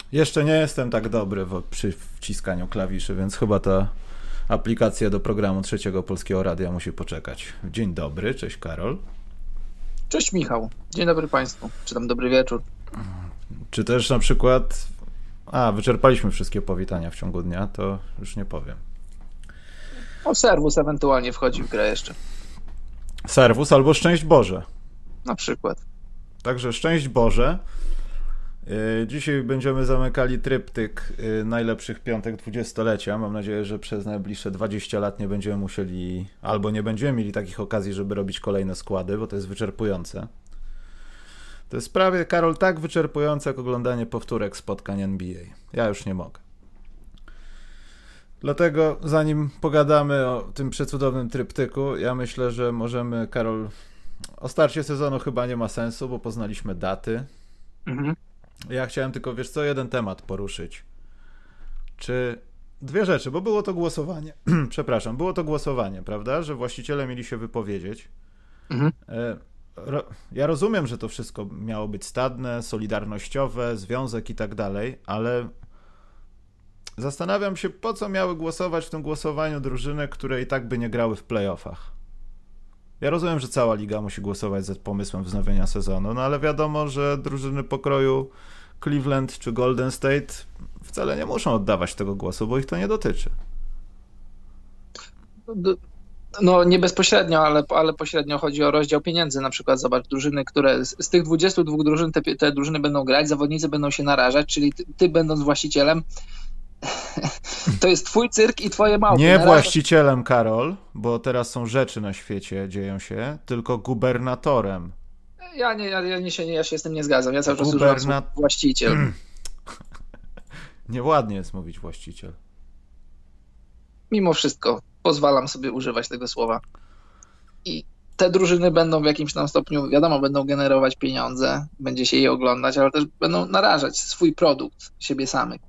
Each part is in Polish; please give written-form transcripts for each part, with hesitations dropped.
Jeszcze nie jestem tak dobry przy wciskaniu klawiszy, więc chyba ta aplikacja do programu Trzeciego Polskiego Radia musi poczekać. Dzień dobry, cześć Karol. Cześć Michał, dzień dobry Państwu, czy tam dobry wieczór. Czy też na przykład... wyczerpaliśmy wszystkie powitania w ciągu dnia, to już nie powiem. O, serwus ewentualnie wchodzi w grę jeszcze. Serwus albo szczęść Boże. Na przykład. Także szczęść Boże. Dzisiaj będziemy zamykali tryptyk najlepszych piątek dwudziestolecia. Mam nadzieję, że przez najbliższe 20 lat nie będziemy musieli, albo nie będziemy mieli takich okazji, żeby robić kolejne składy, bo to jest wyczerpujące. To jest prawie, Karol, tak wyczerpujące jak oglądanie powtórek spotkań NBA. Ja już nie mogę. Dlatego zanim pogadamy o tym przecudownym tryptyku, ja myślę, że możemy, Karol, o starcie sezonu chyba nie ma sensu, bo poznaliśmy daty. Ja chciałem tylko, wiesz co, jeden temat poruszyć. Czy dwie rzeczy, bo było to głosowanie. Przepraszam, było to głosowanie, prawda? Że właściciele mieli się wypowiedzieć. Ja rozumiem, że to wszystko miało być stadne, solidarnościowe, związek i tak dalej, ale zastanawiam się, po co miały głosować w tym głosowaniu drużyny, które i tak by nie grały w playoffach. Ja rozumiem, że cała liga musi głosować za pomysłem wznowienia sezonu, no ale wiadomo, że drużyny pokroju Cleveland czy Golden State wcale nie muszą oddawać tego głosu, bo ich to nie dotyczy. No nie bezpośrednio, ale pośrednio chodzi o rozdział pieniędzy. Na przykład zobacz, drużyny, które z tych 22 drużyn te drużyny będą grać, zawodnicy będą się narażać, czyli ty będąc właścicielem, to jest twój cyrk i twoje małpy. Nie właścicielem, Karol, bo teraz są rzeczy na świecie, dzieją się, tylko gubernatorem. Ja się z tym nie zgadzam. Ja cały czas używam właściciel. Nieładnie jest mówić właściciel. Mimo wszystko pozwalam sobie używać tego słowa. I te drużyny będą w jakimś tam stopniu, wiadomo, będą generować pieniądze, będzie się je oglądać, ale też będą narażać swój produkt, siebie samych.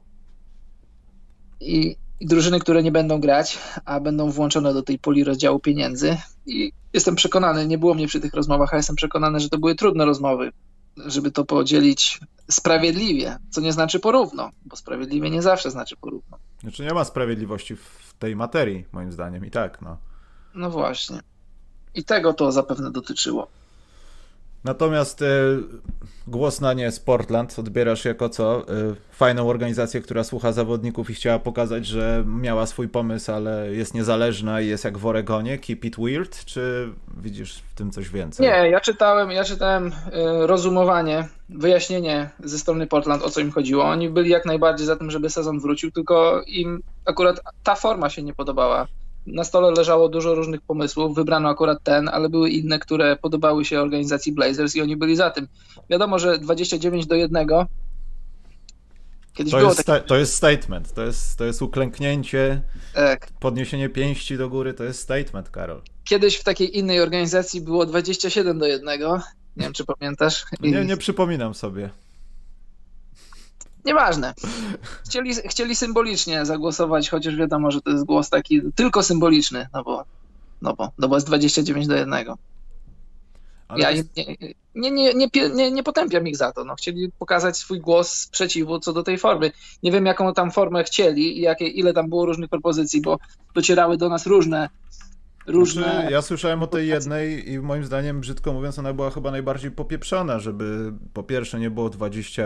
I drużyny, które nie będą grać, a będą włączone do tej puli rozdziału pieniędzy. I jestem przekonany, nie było mnie przy tych rozmowach, a jestem przekonany, że to były trudne rozmowy, żeby to podzielić sprawiedliwie, co nie znaczy porówno, bo sprawiedliwie nie zawsze znaczy porówno. Znaczy nie ma sprawiedliwości w tej materii, moim zdaniem, i tak, no. No właśnie. I tego to zapewne dotyczyło. Natomiast głos na nie z Portland odbierasz jako co? Fajną organizację, która słucha zawodników i chciała pokazać, że miała swój pomysł, ale jest niezależna i jest jak w Oregonie, keep it weird, czy widzisz w tym coś więcej? Nie, ja czytałem rozumowanie, wyjaśnienie ze strony Portland, o co im chodziło. Oni byli jak najbardziej za tym, żeby sezon wrócił, tylko im akurat ta forma się nie podobała. Na stole leżało dużo różnych pomysłów, wybrano akurat ten, ale były inne, które podobały się organizacji Blazers i oni byli za tym. Wiadomo, że 29-1 kiedyś było takie... To jest statement, to jest uklęknięcie, tak. Podniesienie pięści do góry, to jest statement, Karol. Kiedyś w takiej innej organizacji było 27-1, nie wiem, czy pamiętasz. Nie przypominam sobie. Nieważne. Chcieli symbolicznie zagłosować, chociaż wiadomo, że to jest głos taki tylko symboliczny, no bo jest 29-1. Ale ja nie potępiam ich za to. No, chcieli pokazać swój głos sprzeciwu co do tej formy. Nie wiem, jaką tam formę chcieli i ile tam było różnych propozycji, bo docierały do nas różne. Znaczy, ja słyszałem o tej jednej i moim zdaniem, brzydko mówiąc, ona była chyba najbardziej popieprzona, żeby po pierwsze nie było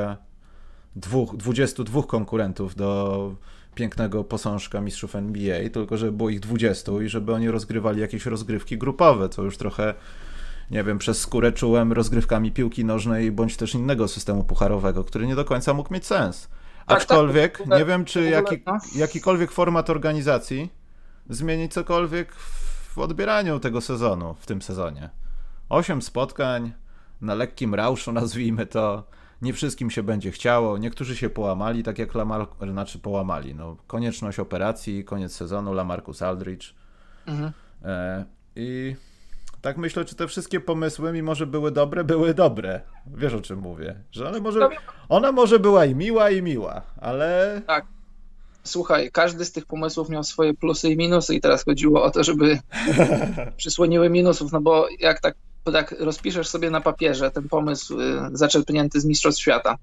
22 konkurentów do pięknego posążka mistrzów NBA, tylko żeby było ich 20 i żeby oni rozgrywali jakieś rozgrywki grupowe, co już trochę, nie wiem, przez skórę czułem rozgrywkami piłki nożnej bądź też innego systemu pucharowego, który nie do końca mógł mieć sens. Aczkolwiek tak, nie wiem, czy jakikolwiek format organizacji zmieni cokolwiek w odbieraniu tego sezonu, w tym sezonie. 8 spotkań na lekkim rauszu, nazwijmy to. Nie wszystkim się będzie chciało. Niektórzy się połamali, tak jak połamali. No, konieczność operacji, koniec sezonu, LaMarcus Aldridge. I tak myślę, czy te wszystkie pomysły, mimo że były dobre. Wiesz, o czym mówię. Że ona może była i miła, ale... Tak. Słuchaj, każdy z tych pomysłów miał swoje plusy i minusy i teraz chodziło o to, żeby przysłoniły minusów, no bo jak tak rozpiszesz sobie na papierze ten pomysł zaczerpnięty z Mistrzostw Świata,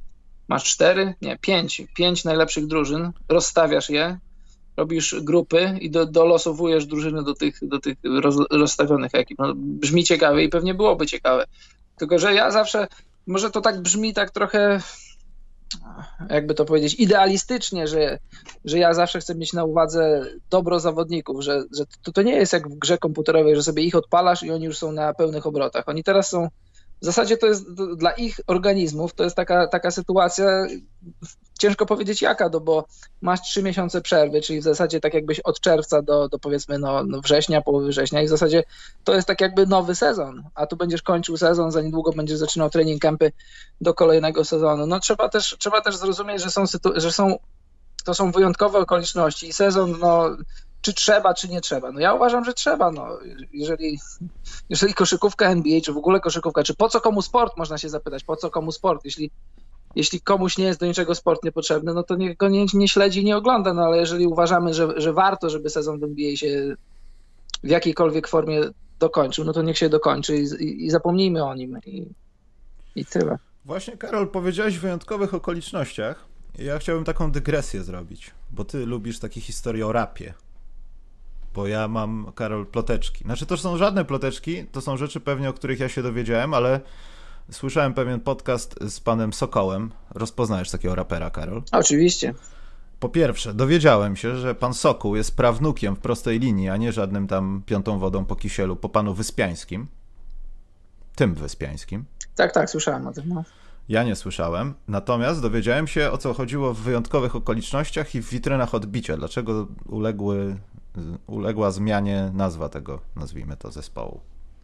masz 4, nie, 5 najlepszych drużyn, rozstawiasz je, robisz grupy i dolosowujesz drużyny do tych rozstawionych ekip. No, brzmi ciekawe i pewnie byłoby ciekawe. Tylko że ja zawsze, może to tak brzmi tak trochę, jakby to powiedzieć, idealistycznie, że ja zawsze chcę mieć na uwadze dobro zawodników, że to nie jest jak w grze komputerowej, że sobie ich odpalasz i oni już są na pełnych obrotach. Oni teraz są, w zasadzie to jest dla ich organizmów, to jest taka sytuacja, ciężko powiedzieć jaka, bo masz 3 miesiące przerwy, czyli w zasadzie tak jakbyś od czerwca do powiedzmy września, połowy września i w zasadzie to jest tak jakby nowy sezon, a tu będziesz kończył sezon, za niedługo będziesz zaczynał trening campy do kolejnego sezonu. No trzeba też zrozumieć, że to są wyjątkowe okoliczności i sezon, czy trzeba, czy nie trzeba. No ja uważam, że trzeba. No, jeżeli koszykówka NBA, czy w ogóle koszykówka, czy po co komu sport, można się zapytać, po co komu sport, jeśli komuś nie jest do niczego sport niepotrzebny, no to niech go nie śledzi, nie ogląda, no ale jeżeli uważamy, że warto, żeby sezon w NBA się w jakiejkolwiek formie dokończył, no to niech się dokończy i zapomnijmy o nim i tyle. Właśnie, Karol, powiedziałeś w wyjątkowych okolicznościach. Ja chciałbym taką dygresję zrobić, bo ty lubisz takie historie o rapie. Bo ja mam, Karol, ploteczki. Znaczy to są żadne ploteczki, to są rzeczy pewnie, o których ja się dowiedziałem, ale słyszałem pewien podcast z panem Sokołem. Rozpoznajesz takiego rapera, Karol? Oczywiście. Po pierwsze, dowiedziałem się, że pan Sokół jest prawnukiem w prostej linii, a nie żadnym tam piątą wodą po kisielu, po panu Wyspiańskim. Tym Wyspiańskim. Tak, słyszałem o tym. No. Ja nie słyszałem, natomiast dowiedziałem się, o co chodziło w wyjątkowych okolicznościach i w witrynach odbicia. Dlaczego uległa zmianie nazwa tego, nazwijmy to, zespołu.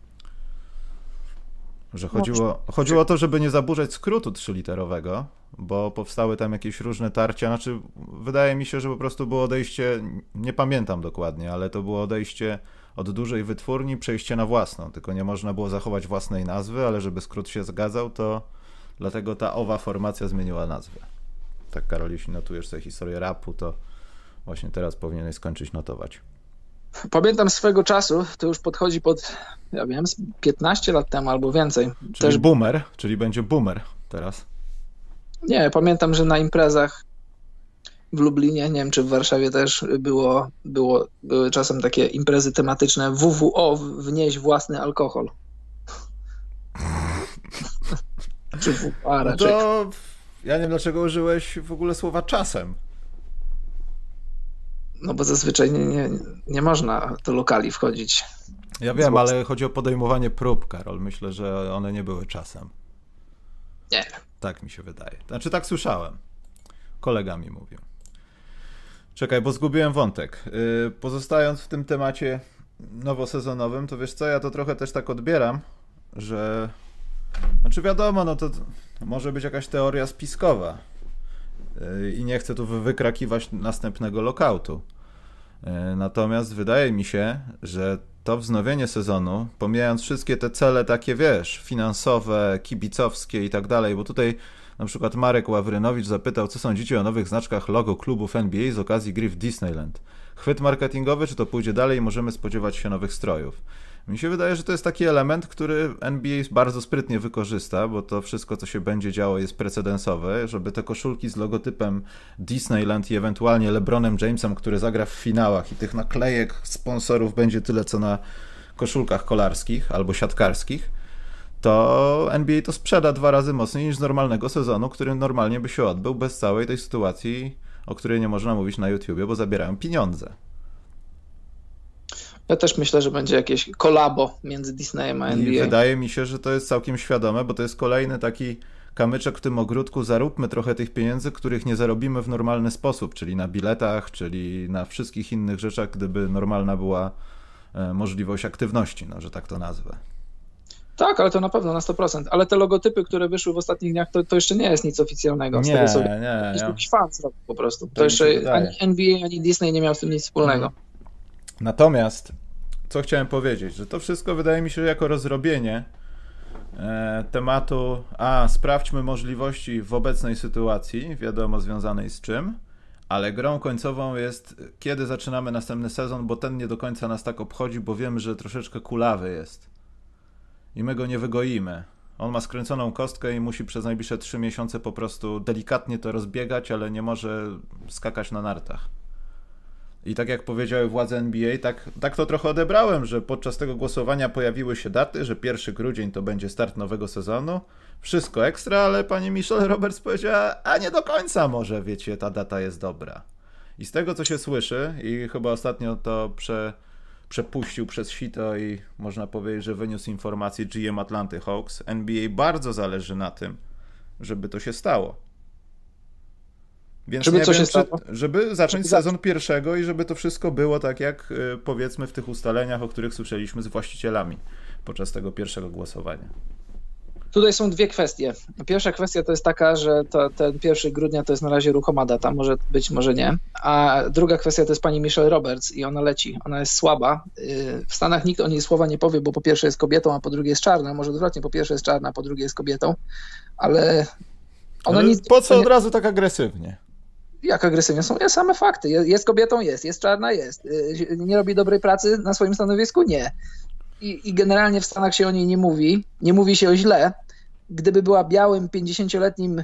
Że chodziło o to, żeby nie zaburzać skrótu 3-literowego, bo powstały tam jakieś różne tarcia. Znaczy, wydaje mi się, że po prostu było odejście, nie pamiętam dokładnie, ale to było odejście od dużej wytwórni, przejście na własną. Tylko nie można było zachować własnej nazwy, ale żeby skrót się zgadzał, to dlatego ta owa formacja zmieniła nazwę. Tak, Karol, jeśli notujesz sobie historię rapu, to właśnie teraz powinieneś skończyć notować. Pamiętam swego czasu, to już podchodzi pod, ja wiem, 15 lat temu albo więcej. Czyli też boomer, czyli będzie boomer teraz. Nie, pamiętam, że na imprezach w Lublinie, nie wiem czy w Warszawie też były czasem takie imprezy tematyczne WWO, wnieść własny alkohol. Czy WWA raczej. No to ja nie wiem, dlaczego użyłeś w ogóle słowa czasem. No bo zazwyczaj nie można do lokali wchodzić. Ja wiem, ale chodzi o podejmowanie prób, Karol. Myślę, że one nie były czasem. Nie. Tak mi się wydaje. Znaczy tak słyszałem. Kolega mi mówił. Czekaj, bo zgubiłem wątek. Pozostając w tym temacie nowosezonowym, to wiesz co, ja to trochę też tak odbieram, że... Znaczy wiadomo, no to może być jakaś teoria spiskowa. I nie chcę tu wykrakiwać następnego lockoutu. Natomiast wydaje mi się, że to wznowienie sezonu, pomijając wszystkie te cele takie, wiesz, finansowe, kibicowskie i tak dalej, bo tutaj na przykład Marek Ławrynowicz zapytał, co sądzicie o nowych znaczkach logo klubów NBA z okazji gry w Disneyland. Chwyt marketingowy, czy to pójdzie dalej i możemy spodziewać się nowych strojów? Mi się wydaje, że to jest taki element, który NBA bardzo sprytnie wykorzysta, bo to wszystko, co się będzie działo, jest precedensowe, żeby te koszulki z logotypem Disneyland i ewentualnie LeBronem Jamesem, który zagra w finałach i tych naklejek sponsorów będzie tyle, co na koszulkach kolarskich albo siatkarskich, to NBA to sprzeda 2 razy mocniej niż z normalnego sezonu, który normalnie by się odbył bez całej tej sytuacji, o której nie można mówić na YouTubie, bo zabierają pieniądze. Ja też myślę, że będzie jakieś kolabo między Disneyem a NBA. I wydaje mi się, że to jest całkiem świadome, bo to jest kolejny taki kamyczek w tym ogródku. Zaróbmy trochę tych pieniędzy, których nie zarobimy w normalny sposób, czyli na biletach, czyli na wszystkich innych rzeczach, gdyby normalna była możliwość aktywności, no, że tak to nazwę. Tak, ale to na pewno na 100%. Ale te logotypy, które wyszły w ostatnich dniach, to jeszcze nie jest nic oficjalnego. Nie. Jakiś fan zrobił po prostu. To jeszcze ani NBA, ani Disney nie miał z tym nic wspólnego. Natomiast, co chciałem powiedzieć, że to wszystko wydaje mi się jako rozrobienie tematu, sprawdźmy możliwości w obecnej sytuacji, wiadomo związanej z czym, ale grą końcową jest, kiedy zaczynamy następny sezon, bo ten nie do końca nas tak obchodzi, bo wiemy, że troszeczkę kulawy jest i my go nie wygoimy, On ma skręconą kostkę i musi przez najbliższe 3 miesiące po prostu delikatnie to rozbiegać, ale nie może skakać na nartach. I tak jak powiedziały władze NBA, tak to trochę odebrałem, że podczas tego głosowania pojawiły się daty, że 1 grudzień to będzie start nowego sezonu. Wszystko ekstra, ale pani Michelle Roberts powiedziała, a nie do końca może, wiecie, ta data jest dobra. I z tego, co się słyszy, i chyba ostatnio to przepuścił przez sito i można powiedzieć, że wyniósł informację GM Atlanty Hawks, NBA bardzo zależy na tym, żeby to się stało. Więc żeby co się stało? Żeby zacząć sezon 1 i żeby to wszystko było tak jak powiedzmy w tych ustaleniach, o których słyszeliśmy z właścicielami podczas tego pierwszego głosowania. Tutaj są dwie kwestie. Pierwsza kwestia to jest taka, że ten 1 grudnia to jest na razie ruchoma data, może być, może nie. A druga kwestia to jest pani Michelle Roberts i ona leci. Ona jest słaba. W Stanach nikt o niej słowa nie powie, bo po pierwsze jest kobietą, a po drugie jest czarna. Może odwrotnie, po pierwsze jest czarna, a po drugie jest kobietą. Ale ona nic... Po co od razu tak agresywnie? Jak agresywnie? Są same fakty. Jest kobietą? Jest czarna? Jest. Nie robi dobrej pracy na swoim stanowisku? Nie. I generalnie w Stanach się o niej nie mówi. Nie mówi się o źle. Gdyby była białym, 50-letnim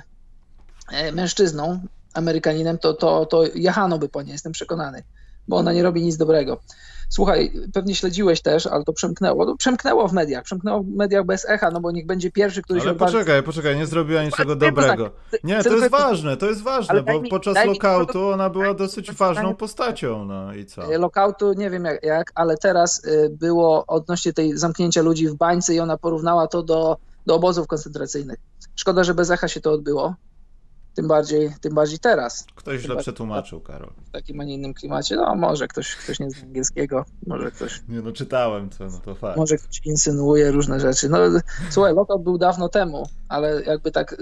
mężczyzną, Amerykaninem, to jechano by po niej, jestem przekonany, bo ona nie robi nic dobrego. Słuchaj, pewnie śledziłeś też, ale to przemknęło. No, przemknęło w mediach bez echa, no bo niech będzie pierwszy, który ale się... poczekaj, nie zrobiła niczego dobrego. Nie, to jest ważne, bo podczas lockoutu ona była dosyć ważną postacią, no i co? Lockoutu nie wiem jak, ale teraz było odnośnie tej zamknięcia ludzi w bańce i ona porównała to do obozów koncentracyjnych. Szkoda, że bez echa się to odbyło. Tym bardziej teraz. Ktoś źle przetłumaczył, Karol. W takim, a nie innym klimacie. No może ktoś nie zna angielskiego, może ktoś... Nie no, czytałem to, no to fakt. Może ktoś insynuuje różne rzeczy. No słuchaj, lockout był dawno temu, ale jakby tak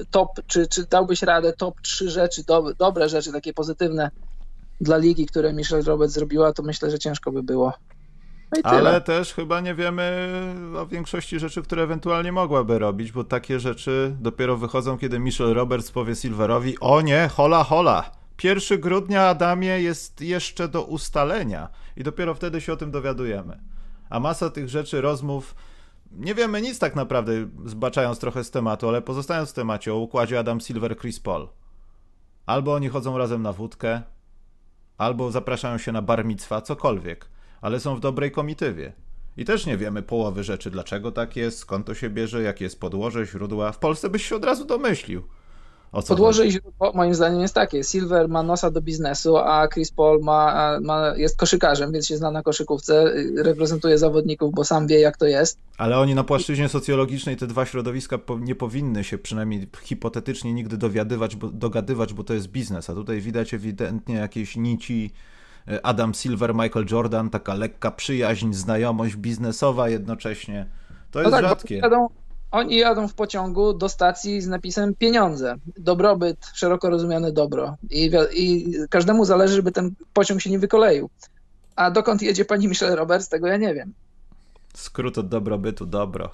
czy dałbyś radę top 3 rzeczy, dobre rzeczy, takie pozytywne dla ligi, które Michelle Roberts zrobiła, to myślę, że ciężko by było. No ale też chyba nie wiemy o większości rzeczy, które ewentualnie mogłaby robić, bo takie rzeczy dopiero wychodzą, kiedy Michelle Roberts powie Silverowi, o nie, hola, 1 grudnia, Adamie, jest jeszcze do ustalenia i dopiero wtedy się o tym dowiadujemy. A masa tych rzeczy, rozmów, nie wiemy nic tak naprawdę, zbaczając trochę z tematu, ale pozostając w temacie o układzie Adam Silver, Chris Paul. Albo oni chodzą razem na wódkę, albo zapraszają się na bar mitzwa, cokolwiek. Ale są w dobrej komitywie. I też nie wiemy połowy rzeczy, dlaczego tak jest, skąd to się bierze, jakie jest podłoże, źródła. W Polsce byś się od razu domyślił. Podłoże i źródło moim zdaniem jest takie. Silver ma nosa do biznesu, a Chris Paul jest koszykarzem, więc się zna na koszykówce, reprezentuje zawodników, bo sam wie, jak to jest. Ale oni na płaszczyźnie socjologicznej te dwa środowiska nie powinny się przynajmniej hipotetycznie nigdy dogadywać, bo to jest biznes. A tutaj widać ewidentnie jakieś nici Adam Silver, Michael Jordan, taka lekka przyjaźń, znajomość biznesowa jednocześnie. To jest rzadkie. Oni jadą w pociągu do stacji z napisem pieniądze, dobrobyt, szeroko rozumiane dobro. I każdemu zależy, żeby ten pociąg się nie wykoleił. A dokąd jedzie pani Michelle Roberts, tego ja nie wiem. Skrót od dobrobytu, dobro.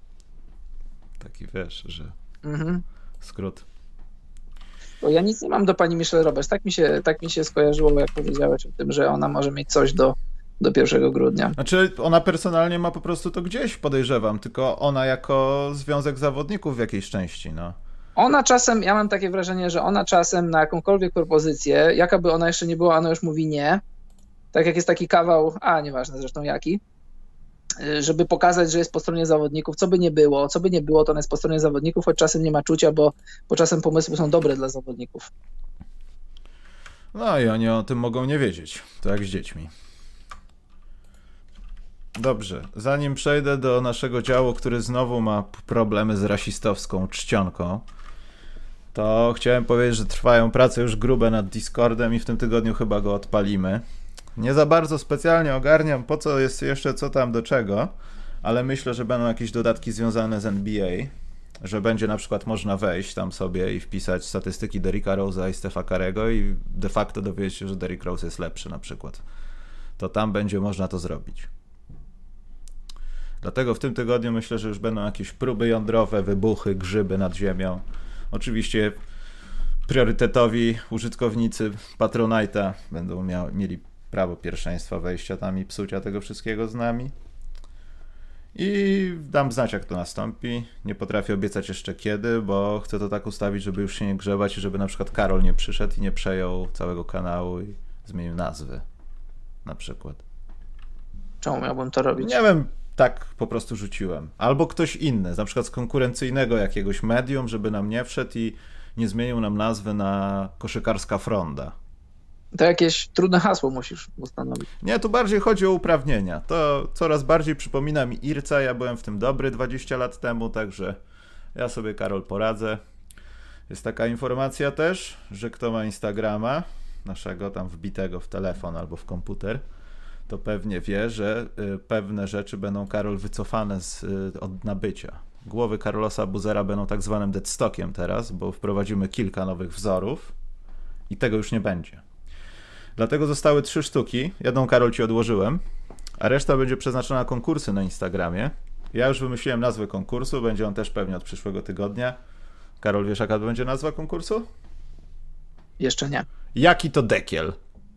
Taki wiesz, że skrót. Bo ja nic nie mam do pani Michelle Roberts. Tak mi się skojarzyło, jak powiedziałeś o tym, że ona może mieć coś do 1 grudnia. Znaczy, ona personalnie ma po prostu to gdzieś, podejrzewam, tylko ona jako związek zawodników w jakiejś części, no. Ona czasem, ja mam takie wrażenie, że ona czasem na jakąkolwiek propozycję, jaka by ona jeszcze nie była, ona już mówi nie. Tak jak jest taki kawał, nieważne zresztą jaki, żeby pokazać, że jest po stronie zawodników, co by nie było, to ona jest po stronie zawodników, choć czasem nie ma czucia, bo czasem pomysły są dobre dla zawodników. No i oni o tym mogą nie wiedzieć, to jak z dziećmi. Dobrze, zanim przejdę do naszego działu, który znowu ma problemy z rasistowską czcionką, to chciałem powiedzieć, że trwają prace już grube nad Discordem i w tym tygodniu chyba go odpalimy. Nie za bardzo specjalnie ogarniam, po co jest jeszcze co tam do czego, ale myślę, że będą jakieś dodatki związane z NBA, że będzie na przykład można wejść tam sobie i wpisać statystyki Derricka Rose'a i Stefa Curry'ego i de facto dowiedzieć się, że Derrick Rose jest lepszy na przykład. To tam będzie można to zrobić. Dlatego w tym tygodniu myślę, że już będą jakieś próby jądrowe, wybuchy, grzyby nad ziemią. Oczywiście priorytetowi użytkownicy Patronite'a będą mieli prawo pierwszeństwa wejścia tam i psucia tego wszystkiego z nami. I dam znać, jak to nastąpi. Nie potrafię obiecać jeszcze kiedy, bo chcę to tak ustawić, żeby już się nie grzebać i żeby na przykład Karol nie przyszedł i nie przejął całego kanału i zmienił nazwy. Na przykład. Czemu miałbym to robić? Nie wiem, tak po prostu rzuciłem. Albo ktoś inny, na przykład z konkurencyjnego jakiegoś medium, żeby nam nie wszedł i nie zmienił nam nazwy na Koszykarska Fronda. To jakieś trudne hasło musisz ustanowić. Nie, tu bardziej chodzi o uprawnienia. To coraz bardziej przypomina mi Irca. Ja byłem w tym dobry 20 lat temu, także ja sobie, Karol, poradzę. Jest taka informacja też, że kto ma Instagrama, naszego tam wbitego w telefon albo w komputer, to pewnie wie, że pewne rzeczy będą, Karol, wycofane od nabycia. Głowy Carlosa Boozera będą tak zwanym deadstockiem teraz, bo wprowadzimy kilka nowych wzorów i tego już nie będzie. Dlatego zostały 3 sztuki. Jedną, Karol, ci odłożyłem, a reszta będzie przeznaczona na konkursy na Instagramie. Ja już wymyśliłem nazwę konkursu, będzie on też pewnie od przyszłego tygodnia. Karol, wiesz, jaka to będzie nazwa konkursu? Jeszcze nie. Jaki to dekiel?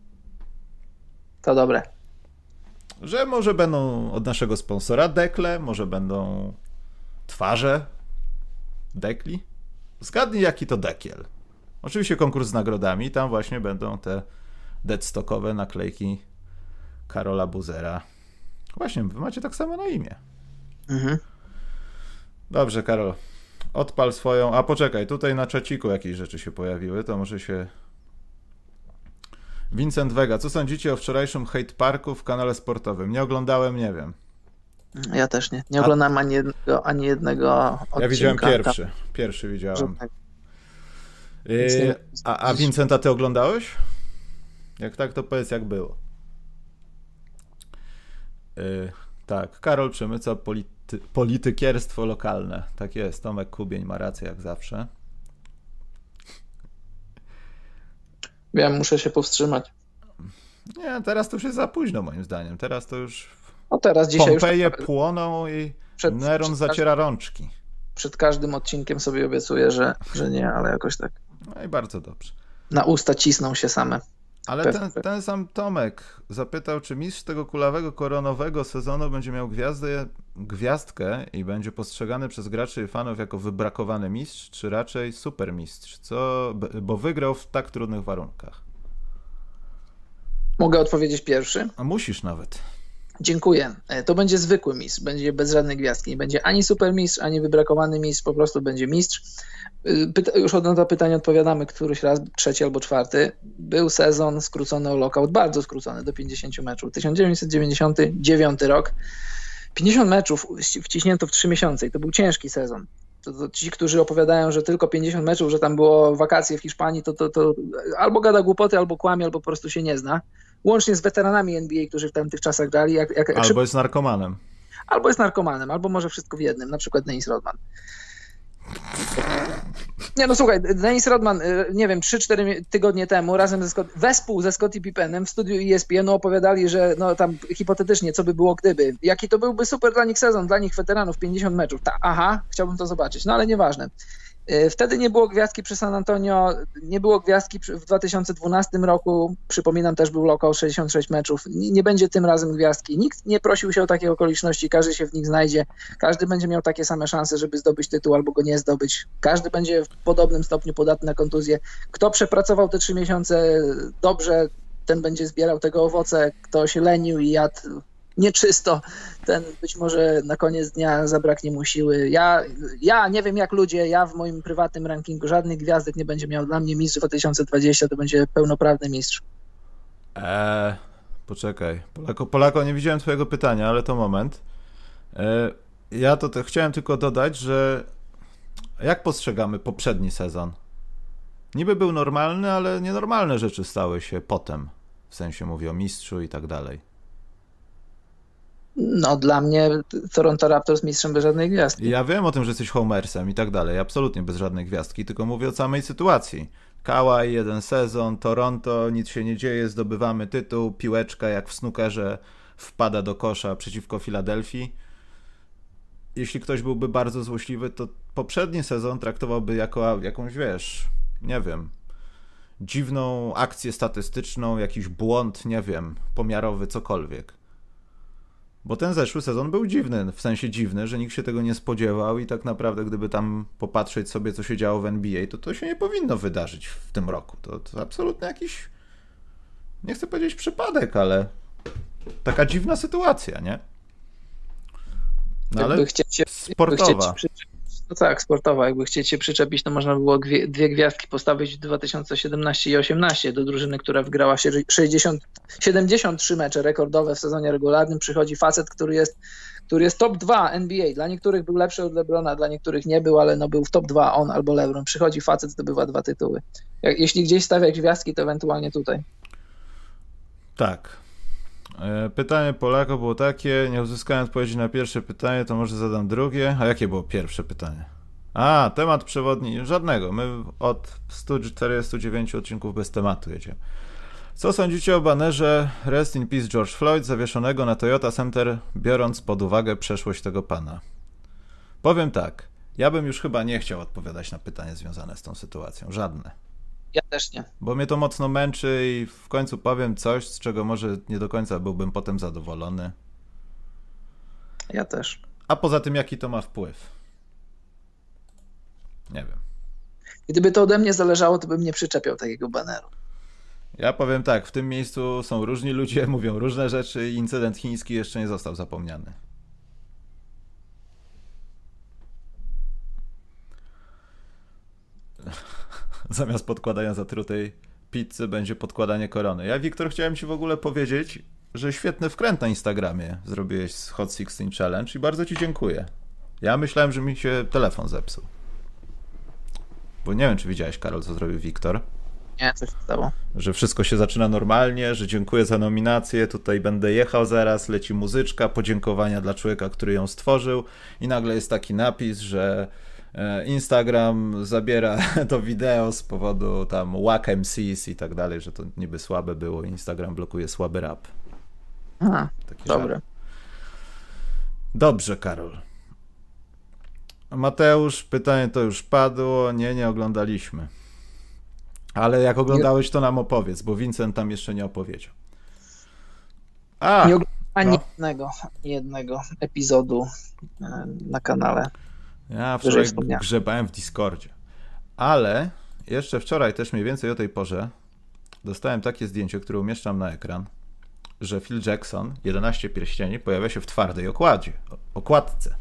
To dobre. Że może będą od naszego sponsora dekle, może będą twarze dekli. Zgadnij, jaki to dekiel. Oczywiście konkurs z nagrodami, tam właśnie będą te deadstockowe naklejki Karola Boozera. Właśnie, wy macie tak samo na imię. Mhm. Dobrze, Karol, odpal swoją... A poczekaj, tutaj na czaciku jakieś rzeczy się pojawiły, to może się... Vincent Vega, co sądzicie o wczorajszym hate parku w kanale sportowym? Nie oglądałem, nie wiem. Ja też nie. Nie oglądałem ani jednego odcinka. Ja widziałem pierwszy widziałem. A Vincenta ty oglądałeś? Jak tak, to powiedz, jak było. Tak, Karol przemyca politykierstwo lokalne. Tak jest, Tomek Kubień ma rację jak zawsze. Wiem, muszę się powstrzymać. Nie, teraz to już jest za późno moim zdaniem. Teraz to już teraz dzisiaj Pompeje płoną i Neron zaciera rączki. Przed każdym odcinkiem sobie obiecuję, że nie, ale jakoś tak. No i bardzo dobrze. Na usta cisną się same. Ale ten sam Tomek zapytał, czy mistrz tego kulawego koronowego sezonu będzie miał gwiazdkę i będzie postrzegany przez graczy i fanów jako wybrakowany mistrz, czy raczej supermistrz, bo wygrał w tak trudnych warunkach. Mogę odpowiedzieć pierwszy? A musisz nawet. Dziękuję. To będzie zwykły mistrz, będzie bez żadnej gwiazdki. Nie będzie ani supermistrz, ani wybrakowany mistrz, po prostu będzie mistrz. Już na to pytanie odpowiadamy któryś raz, 3. albo 4. Był sezon skrócony o lockout, bardzo skrócony, do 50 meczów. 1999 rok. 50 meczów wciśnięto w 3 miesiące i to był ciężki sezon. To ci, którzy opowiadają, że tylko 50 meczów, że tam było wakacje w Hiszpanii, to albo gada głupoty, albo kłamie, albo po prostu się nie zna. Łącznie z weteranami NBA, którzy w tamtych czasach grali. Albo jest narkomanem. Albo jest narkomanem, albo może wszystko w jednym, na przykład Dennis Rodman. Nie, no słuchaj, Dennis Rodman, nie wiem, 3-4 tygodnie temu razem wespół ze Scottie Pippenem w studiu ESPN opowiadali, że no tam hipotetycznie, co by było gdyby. Jaki to byłby super dla nich sezon, dla nich weteranów, 50 meczów. Chciałbym to zobaczyć, no ale nieważne. Wtedy nie było gwiazdki przy San Antonio, nie było gwiazdki w 2012 roku, przypominam, też był lockout 66 meczów, nie będzie tym razem gwiazdki. Nikt nie prosił się o takie okoliczności, każdy się w nich znajdzie, każdy będzie miał takie same szanse, żeby zdobyć tytuł albo go nie zdobyć. Każdy będzie w podobnym stopniu podatny na kontuzję. Kto przepracował te 3 miesiące dobrze, ten będzie zbierał tego owoce, kto się lenił i jadł nieczysto, ten być może na koniec dnia zabraknie mu siły. Ja nie wiem jak ludzie, ja w moim prywatnym rankingu żadnych gwiazdek nie będzie miał. Dla mnie mistrz 2020 to będzie pełnoprawny mistrz. Poczekaj. Polako, nie widziałem twojego pytania, ale to moment. Ja to chciałem tylko dodać, że jak postrzegamy poprzedni sezon? Niby był normalny, ale nienormalne rzeczy stały się potem. W sensie mówię o mistrzu i tak dalej. No dla mnie Toronto Raptors mistrzem bez żadnej gwiazdki. Ja wiem o tym, że jesteś homersem i tak dalej, absolutnie bez żadnej gwiazdki, tylko mówię o samej sytuacji. Kawhi, 1 sezon, Toronto, nic się nie dzieje, zdobywamy tytuł, piłeczka jak w snookerze wpada do kosza przeciwko Filadelfii. Jeśli ktoś byłby bardzo złośliwy, to poprzedni sezon traktowałby jako jakąś, wiesz, nie wiem, dziwną akcję statystyczną, jakiś błąd, nie wiem, pomiarowy, cokolwiek. Bo ten zeszły sezon był dziwny, w sensie dziwny, że nikt się tego nie spodziewał i tak naprawdę gdyby tam popatrzeć sobie, co się działo w NBA, to się nie powinno wydarzyć w tym roku. To absolutnie jakiś, nie chcę powiedzieć przypadek, ale taka dziwna sytuacja, nie? No ale sportowa. No tak, sportowa. Jakby chcieć się przyczepić, to można było dwie gwiazdki postawić w 2017 i 2018 do drużyny, która wygrała 73 mecze rekordowe w sezonie regularnym. Przychodzi facet, który jest top 2 NBA. Dla niektórych był lepszy od LeBrona, dla niektórych nie był, ale no był w top 2 on albo LeBron. Przychodzi facet, zdobywa 2 tytuły. Jeśli gdzieś stawiać gwiazdki, to ewentualnie tutaj. Tak. Pytanie Polaka było takie, nie uzyskałem odpowiedzi na pierwsze pytanie, to może zadam drugie. A jakie było pierwsze pytanie? Temat przewodni, żadnego. My od 149 odcinków bez tematu jedziemy. Co sądzicie o banerze Rest in Peace George Floyd zawieszonego na Toyota Center, biorąc pod uwagę przeszłość tego pana? Powiem tak, ja bym już chyba nie chciał odpowiadać na pytanie związane z tą sytuacją. Żadne. Ja też nie. Bo mnie to mocno męczy i w końcu powiem coś, z czego może nie do końca byłbym potem zadowolony. Ja też. A poza tym, jaki to ma wpływ? Nie wiem. Gdyby to ode mnie zależało, to bym nie przyczepiał takiego baneru. Ja powiem tak, w tym miejscu są różni ludzie, mówią różne rzeczy i incydent chiński jeszcze nie został zapomniany. Zamiast podkładania zatrutej pizzy będzie podkładanie korony. Ja, Wiktor, chciałem ci w ogóle powiedzieć, że świetny wkręt na Instagramie zrobiłeś z Hot 16 Challenge i bardzo ci dziękuję. Ja myślałem, że mi się telefon zepsuł. Bo nie wiem, czy widziałeś, Karol, co zrobił Wiktor. Nie, coś się stało. Że wszystko się zaczyna normalnie, że dziękuję za nominację, tutaj będę jechał zaraz, leci muzyczka, podziękowania dla człowieka, który ją stworzył i nagle jest taki napis, że Instagram zabiera to wideo z powodu tam Wack MCs i tak dalej, że to niby słabe było, Instagram blokuje słaby rap. Taki dobre. Żart. Dobrze, Karol. Mateusz, pytanie to już padło, nie oglądaliśmy. Ale jak oglądałeś, to nam opowiedz, bo Vincent tam jeszcze nie opowiedział. Nie oglądałem ani jednego epizodu na kanale. Ja wczoraj grzebałem w Discordzie. Ale jeszcze wczoraj też mniej więcej o tej porze dostałem takie zdjęcie, które umieszczam na ekran, że Phil Jackson, 11 pierścieni, pojawia się w twardej okładce.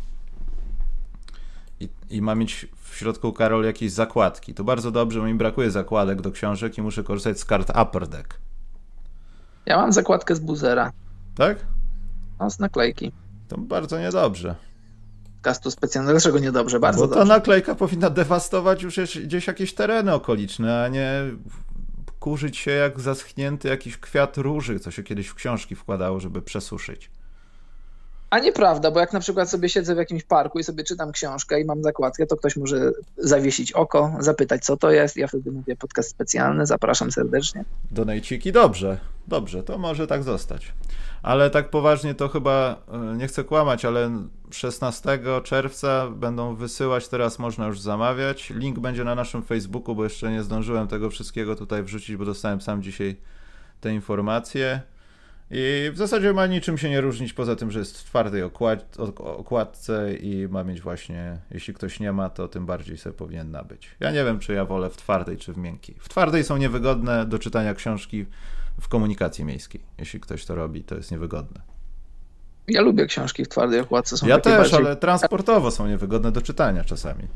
I ma mieć w środku, Karol, jakieś zakładki. To bardzo dobrze, bo mi brakuje zakładek do książek i muszę korzystać z kart Upper Deck. Ja mam zakładkę z Boozera. Tak? No, z naklejki. To bardzo niedobrze. Podcastu specjalnego. Dlaczego niedobrze? Bardzo bo dobrze. Ta naklejka powinna dewastować już gdzieś jakieś tereny okoliczne, a nie kurzyć się jak zaschnięty jakiś kwiat róży, co się kiedyś w książki wkładało, żeby przesuszyć. A nieprawda, bo jak na przykład sobie siedzę w jakimś parku i sobie czytam książkę i mam zakładkę, to ktoś może zawiesić oko, zapytać, co to jest. Ja wtedy mówię, podcast specjalny, zapraszam serdecznie. Donejciki, dobrze, to może tak zostać. Ale tak poważnie to chyba, nie chcę kłamać, ale 16 czerwca będą wysyłać, teraz można już zamawiać. Link będzie na naszym Facebooku, bo jeszcze nie zdążyłem tego wszystkiego tutaj wrzucić, bo dostałem sam dzisiaj te informacje. I w zasadzie ma niczym się nie różnić, poza tym, że jest w twardej okładce i ma mieć właśnie, jeśli ktoś nie ma, to tym bardziej sobie powinien nabyć. Ja nie wiem, czy ja wolę w twardej, czy w miękkiej. W twardej są niewygodne do czytania książki w komunikacji miejskiej. Jeśli ktoś to robi, to jest niewygodne. Ja lubię książki w twardej okładce. Są ja takie też, bardziej... ale transportowo są niewygodne do czytania czasami.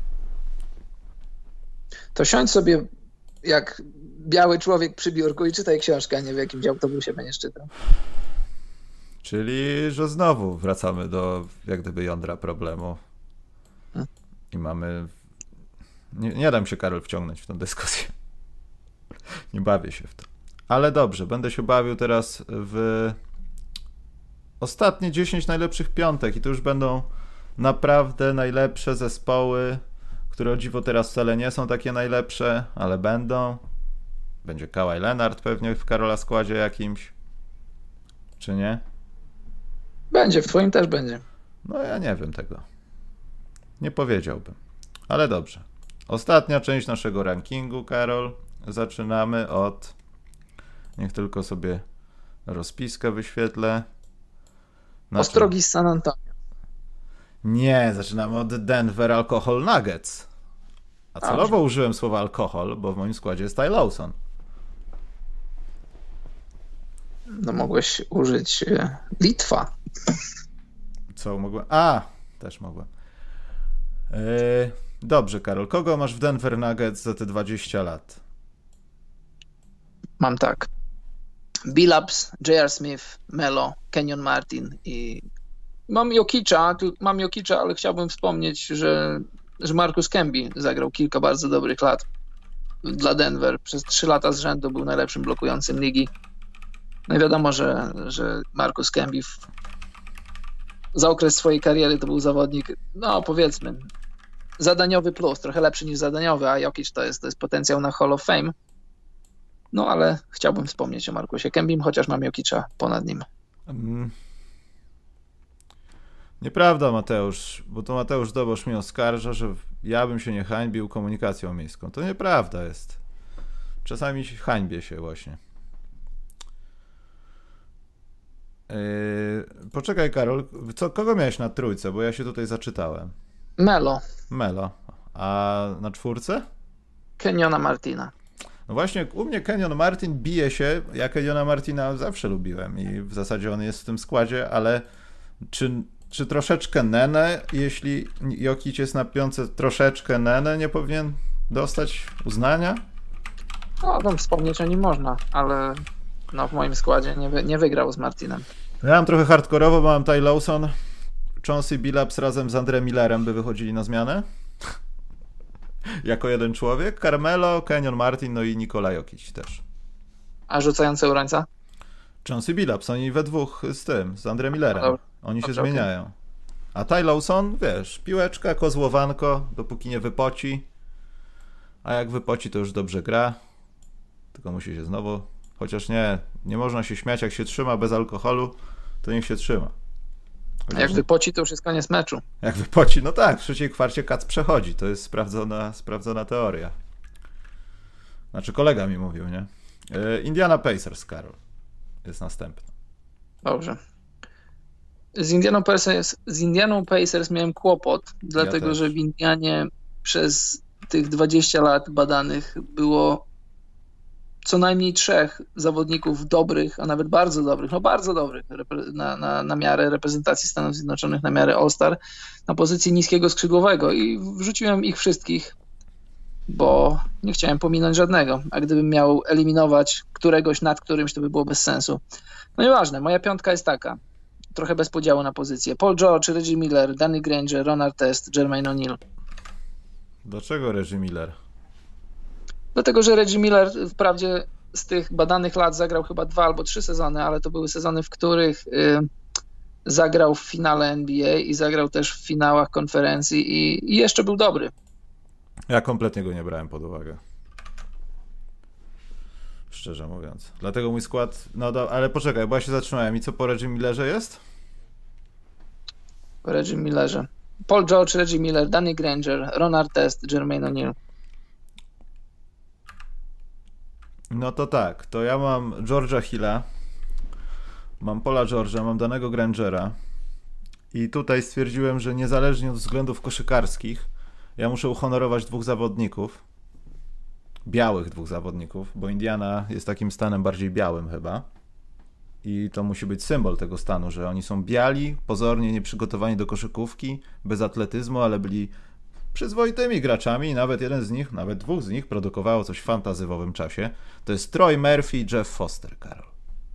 To siądź sobie jak biały człowiek przy biurku i czytaj książkę, a nie w jakimś autobusie będziesz czytał. Czyli, że znowu wracamy do jak gdyby jądra problemu. I mamy... Nie dam się, Karol, wciągnąć w tę dyskusję. Nie bawię się w to. Ale dobrze, będę się bawił teraz w ostatnie 10 najlepszych piątek i to już będą naprawdę najlepsze zespoły, które o dziwo teraz wcale nie są takie najlepsze, ale będą. Będzie Kawhi Leonard pewnie w Karola składzie jakimś. Czy nie? Będzie, w twoim też będzie. No ja nie wiem tego. Nie powiedziałbym. Ale dobrze. Ostatnia część naszego rankingu, Karol. Zaczynamy od... Niech tylko sobie rozpiskę wyświetlę. Ostrogi z San Antonio. Nie, zaczynamy od Denver Alcohol Nuggets. A celowo użyłem słowa alkohol, bo w moim składzie jest Ty Lawson. No mogłeś użyć Litwa. Co mogłem? Też mogłem. Dobrze, Karol. Kogo masz w Denver Nuggets za te 20 lat? Mam tak. Billups, J.R. Smith, Melo, Kenyon Martin i mam Jokicza, ale chciałbym wspomnieć, że Marcus Camby zagrał kilka bardzo dobrych lat dla Denver. Przez 3 lata z rzędu był najlepszym blokującym ligi. No i wiadomo, że Marcus Camby za okres swojej kariery to był zawodnik, no powiedzmy, zadaniowy plus, trochę lepszy niż zadaniowy, a Jokic to jest potencjał na Hall of Fame. No ale chciałbym wspomnieć o Marcusie Cambym, chociaż mam Jokicza ponad nim. Nieprawda, Mateusz, bo to Mateusz Dobosz mnie oskarża, że ja bym się nie hańbił komunikacją miejską. To nieprawda jest. Czasami hańbię się właśnie. Poczekaj, Karol, kogo miałeś na trójce, bo ja się tutaj zaczytałem. Melo. A na 4? Kenyona Martina. No właśnie, u mnie Kenyon Martin bije się, ja Kenyona Martina zawsze lubiłem i w zasadzie on jest w tym składzie, ale czy troszeczkę Nene, jeśli Jokic jest na 5, troszeczkę Nene nie powinien dostać uznania? No, tam wspomnieć o nim można, ale no, w moim składzie nie wygrał z Martinem. Ja mam trochę hardkorowo, bo mam Ty Lawson, Chauncey Billups razem z Andre Millerem by wychodzili na zmianę. Jako jeden człowiek. Carmelo, Kenyon Martin, no i Nikola Jokic też. A rzucający obrońca? Chauncey Billups, oni we dwóch z Andre Millerem. No oni się zmieniają. A Ty Lawson, wiesz, piłeczka, kozłowanko, dopóki nie wypoci. A jak wypoci, to już dobrze gra. Tylko musi się znowu... Chociaż nie można się śmiać, jak się trzyma bez alkoholu, to niech się trzyma. Chociaż jak wypoci, to już jest koniec meczu. Jak wypoci, no tak, w trzeciej kwarcie Kac przechodzi. To jest sprawdzona teoria. Znaczy kolega mi mówił, nie? Indiana Pacers, Karol. Jest następny. Dobrze. Z Indianą Pacers miałem kłopot, dlatego że w Indianie przez tych 20 lat badanych było co najmniej 3 zawodników dobrych, a nawet bardzo dobrych na miarę reprezentacji Stanów Zjednoczonych, na miarę All-Star, na pozycji niskiego skrzydłowego i wrzuciłem ich wszystkich, bo nie chciałem pominąć żadnego, a gdybym miał eliminować któregoś nad którymś, to by było bez sensu. No nieważne, moja 5 jest taka, trochę bez podziału na pozycje. Paul George, Reggie Miller, Danny Granger, Ron Artest, Jermaine O'Neal. Dlaczego Reggie Miller? Dlatego, że Reggie Miller wprawdzie z tych badanych lat zagrał chyba 2 albo 3 sezony, ale to były sezony, w których zagrał w finale NBA i zagrał też w finałach konferencji i jeszcze był dobry. Ja kompletnie go nie brałem pod uwagę. Szczerze mówiąc. Dlatego mój skład... ale poczekaj, bo ja się zatrzymałem. I co po Reggie Millerze jest? Po Reggie Millerze. Paul George, Reggie Miller, Danny Granger, Ron Artest, Jermaine O'Neal. No to tak, to ja mam George'a Hilla, mam Paula George'a, mam danego Grangera i tutaj stwierdziłem, że niezależnie od względów koszykarskich ja muszę uhonorować 2 zawodników, białych 2 zawodników, bo Indiana jest takim stanem bardziej białym chyba i to musi być symbol tego stanu, że oni są biali, pozornie nieprzygotowani do koszykówki, bez atletyzmu, ale byli przyzwoitymi graczami i nawet jeden z nich, nawet 2 z nich produkowało coś w fantazywowym czasie. To jest Troy Murphy i Jeff Foster, Karol.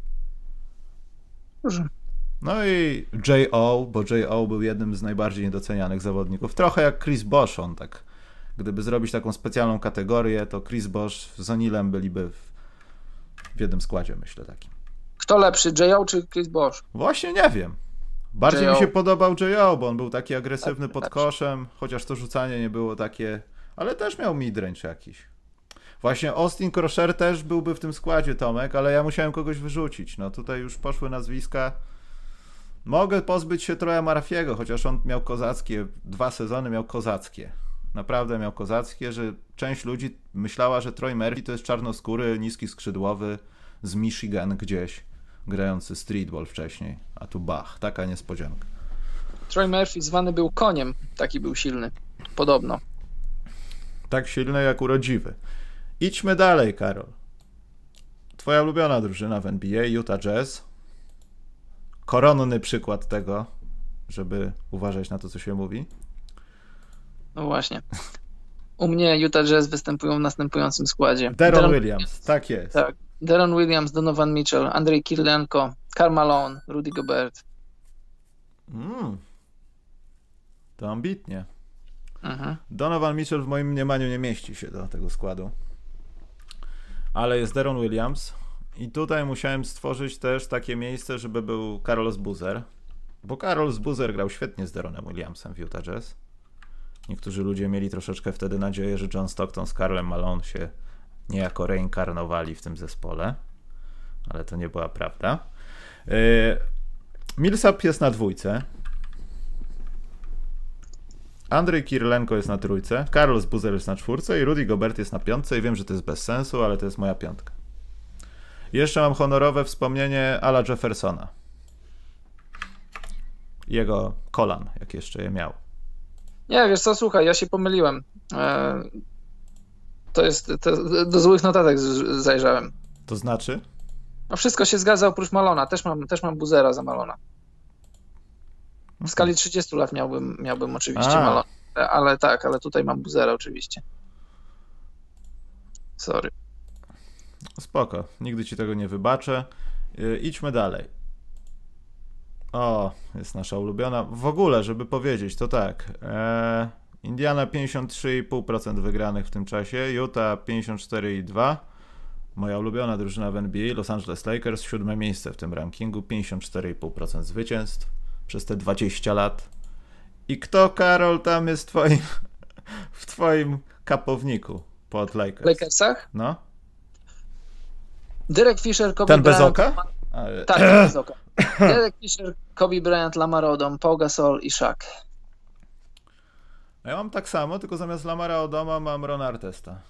No i J.O., bo J.O. był jednym z najbardziej niedocenianych zawodników. Trochę jak Chris Bosh, on tak, gdyby zrobić taką specjalną kategorię, to Chris Bosh z O'Nealem byliby w jednym składzie, myślę takim. Kto lepszy, J.O. czy Chris Bosh? Właśnie nie wiem. Bardziej mi się podobał J.O., bo on był taki agresywny pod koszem, chociaż to rzucanie nie było takie, ale też miał midrange jakiś. Właśnie Austin Crusher też byłby w tym składzie, Tomek, ale ja musiałem kogoś wyrzucić. No tutaj już poszły nazwiska. Mogę pozbyć się Troya Murphy'ego, chociaż on miał kozackie, 2 sezony miał kozackie. Naprawdę miał kozackie, że część ludzi myślała, że Troy Murphy to jest czarnoskóry, niski skrzydłowy z Michigan gdzieś. grający streetball wcześniej, a tu bach, taka niespodzianka. Troy Murphy zwany był koniem, taki był silny, podobno. Tak silny jak urodziwy. Idźmy dalej, Karol. Twoja ulubiona drużyna w NBA, Utah Jazz. Koronny przykład tego, żeby uważać na to, co się mówi. No właśnie. U mnie Utah Jazz występują w następującym składzie. Deron Williams, tak jest. Tak. Deron Williams, Donovan Mitchell, Andrzej Kirilenko, Karl Malone, Rudy Gobert. To ambitnie. Mhm. Donovan Mitchell w moim mniemaniu nie mieści się do tego składu. Ale jest Deron Williams i tutaj musiałem stworzyć też takie miejsce, żeby był Carlos Boozer, bo Carlos Boozer grał świetnie z Deronem Williamsem w Utah Jazz. Niektórzy ludzie mieli troszeczkę wtedy nadzieję, że John Stockton z Karlem Malone się niejako reinkarnowali w tym zespole, ale to nie była prawda. Millsap jest na dwójce. Andrzej Kirilenko jest na trójce, Carlos Boozer jest na czwórce i Rudy Gobert jest na piątce i wiem, że to jest bez sensu, ale to jest moja piątka. Jeszcze mam honorowe wspomnienie Ala Jeffersona. Jego kolan, jak jeszcze je miał. Nie, wiesz co, słuchaj, ja się pomyliłem. Do złych notatek zajrzałem. To znaczy? No wszystko się zgadza oprócz Malona. Też mam Boozera za Malona. W skali 30 lat miałbym oczywiście Malona. Ale tutaj mam Boozera oczywiście. Sorry. Spoko, nigdy ci tego nie wybaczę. Idźmy dalej. O, jest nasza ulubiona. W ogóle, żeby powiedzieć, to tak. Indiana 53,5% wygranych w tym czasie, Utah 54,2%. Moja ulubiona drużyna w NBA, Los Angeles Lakers, 7. miejsce w tym rankingu, 54,5% zwycięstw przez te 20 lat. I kto, Karol, tam jest w twoim kapowniku pod Lakers? W Lakersach? No. Derek Fisher, Kobe Ten Bryant. bez oka? Tak, ten bez oka. Derek Fisher, Kobe Bryant, Lamar Odom, Pau Gasol i Shaq. Ja mam tak samo, tylko zamiast Lamara Odoma mam Rona Artesta.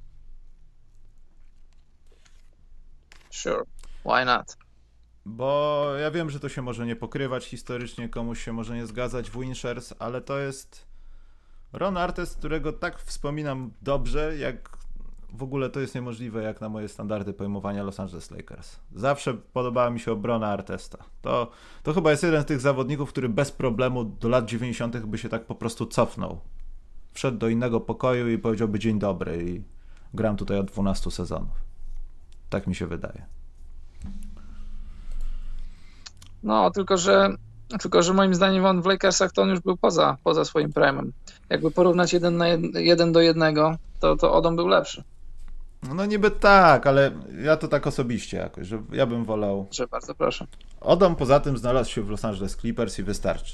Sure, why not? Bo ja wiem, że to się może nie pokrywać historycznie, komuś się może nie zgadzać w Winchers, ale to jest Ron Artest, którego tak wspominam dobrze, jak w ogóle to jest niemożliwe, jak na moje standardy pojmowania Los Angeles Lakers. Zawsze podobała mi się obrona Artesta. To chyba jest jeden z tych zawodników, który bez problemu do lat 90. by się tak po prostu cofnął. Wszedł do innego pokoju i powiedziałby dzień dobry i gram tutaj od 12 sezonów. Tak mi się wydaje. No, tylko że moim zdaniem on w Lakersach to on już był poza swoim prime'em. Jakby porównać 1 do 1, to Odom był lepszy. No niby tak, ale ja to tak osobiście jakoś, że ja bym wolał... Proszę bardzo, proszę. Odom poza tym znalazł się w Los Angeles Clippers i wystarczy.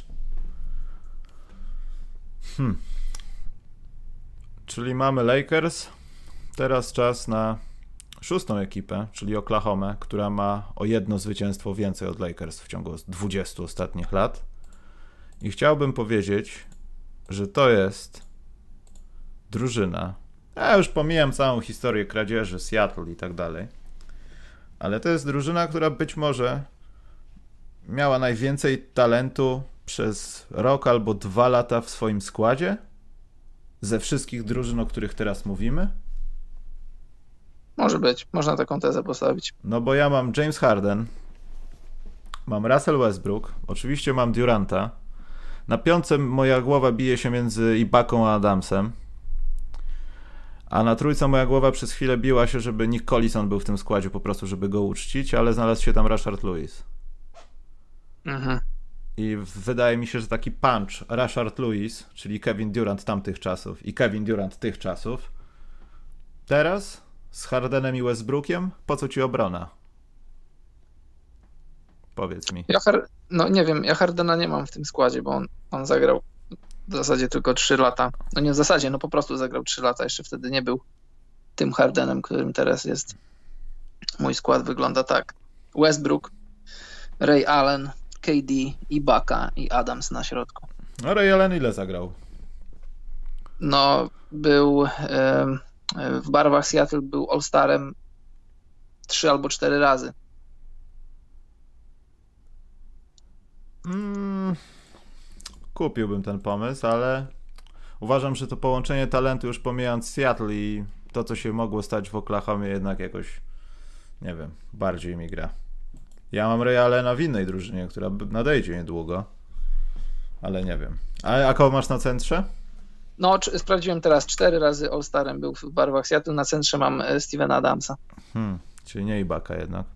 Czyli mamy Lakers. Teraz czas na 6. ekipę, czyli Oklahomę, która ma o 1 zwycięstwo więcej od Lakers w ciągu 20 ostatnich lat. I chciałbym powiedzieć, że to jest drużyna. Ja już pomijam całą historię kradzieży, Seattle i tak dalej. Ale to jest drużyna, która być może miała najwięcej talentu przez rok albo 2 lata w swoim składzie ze wszystkich drużyn, o których teraz mówimy. Może być, można taką tezę postawić. No bo ja mam James Harden, mam Russell Westbrook, oczywiście mam Duranta. Na 5 moja głowa bije się między Ibaką a Adamsem. A na 3 moja głowa przez chwilę biła się, żeby Nick Collison był w tym składzie po prostu, żeby go uczcić, ale znalazł się tam Rashard Lewis. Mhm. I wydaje mi się, że taki punch Rashard Lewis, czyli Kevin Durant tamtych czasów i Kevin Durant tych czasów, teraz z Hardenem i Westbrookiem, po co ci obrona? Powiedz mi. No nie wiem, ja Hardena nie mam w tym składzie, bo on zagrał w zasadzie tylko 3 lata. No nie w zasadzie, no po prostu zagrał 3 lata. Jeszcze wtedy nie był tym Hardenem, którym teraz jest. Mój skład wygląda tak. Westbrook, Ray Allen, KD, Ibaka i Adams na środku. No Ray Allen ile zagrał? No był w barwach Seattle, był All-Starem 3 albo 4 razy. kupiłbym ten pomysł, ale uważam, że to połączenie talentu, już pomijając Seattle i to, co się mogło stać w Oklahomie, jednak jakoś, nie wiem, bardziej mi gra. Ja mam Ray Allena w innej drużynie, która nadejdzie niedługo, ale nie wiem. A kogo masz na centrze? No, sprawdziłem teraz, 4 razy All-Starem był w barwach Seattle, na centrze mam Stevena Adamsa. Czyli nie Ibaka jednak.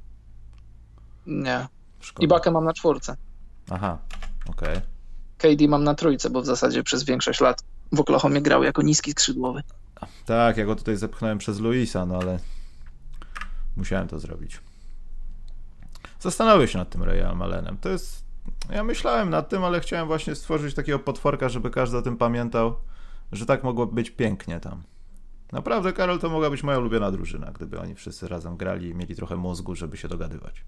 Nie. Szkoda. Ibakę mam na 4. Aha, okej. KD mam na 3, bo w zasadzie przez większość lat w Oklahomie grał jako niski skrzydłowy. Tak, ja go tutaj zepchnąłem przez Luisa, no ale musiałem to zrobić. Zastanowię się nad tym Rayem Allenem. To jest... Ja myślałem nad tym, ale chciałem właśnie stworzyć takiego potworka, żeby każdy o tym pamiętał, że tak mogło być pięknie tam. Naprawdę, Karol, to mogła być moja ulubiona drużyna, gdyby oni wszyscy razem grali i mieli trochę mózgu, żeby się dogadywać.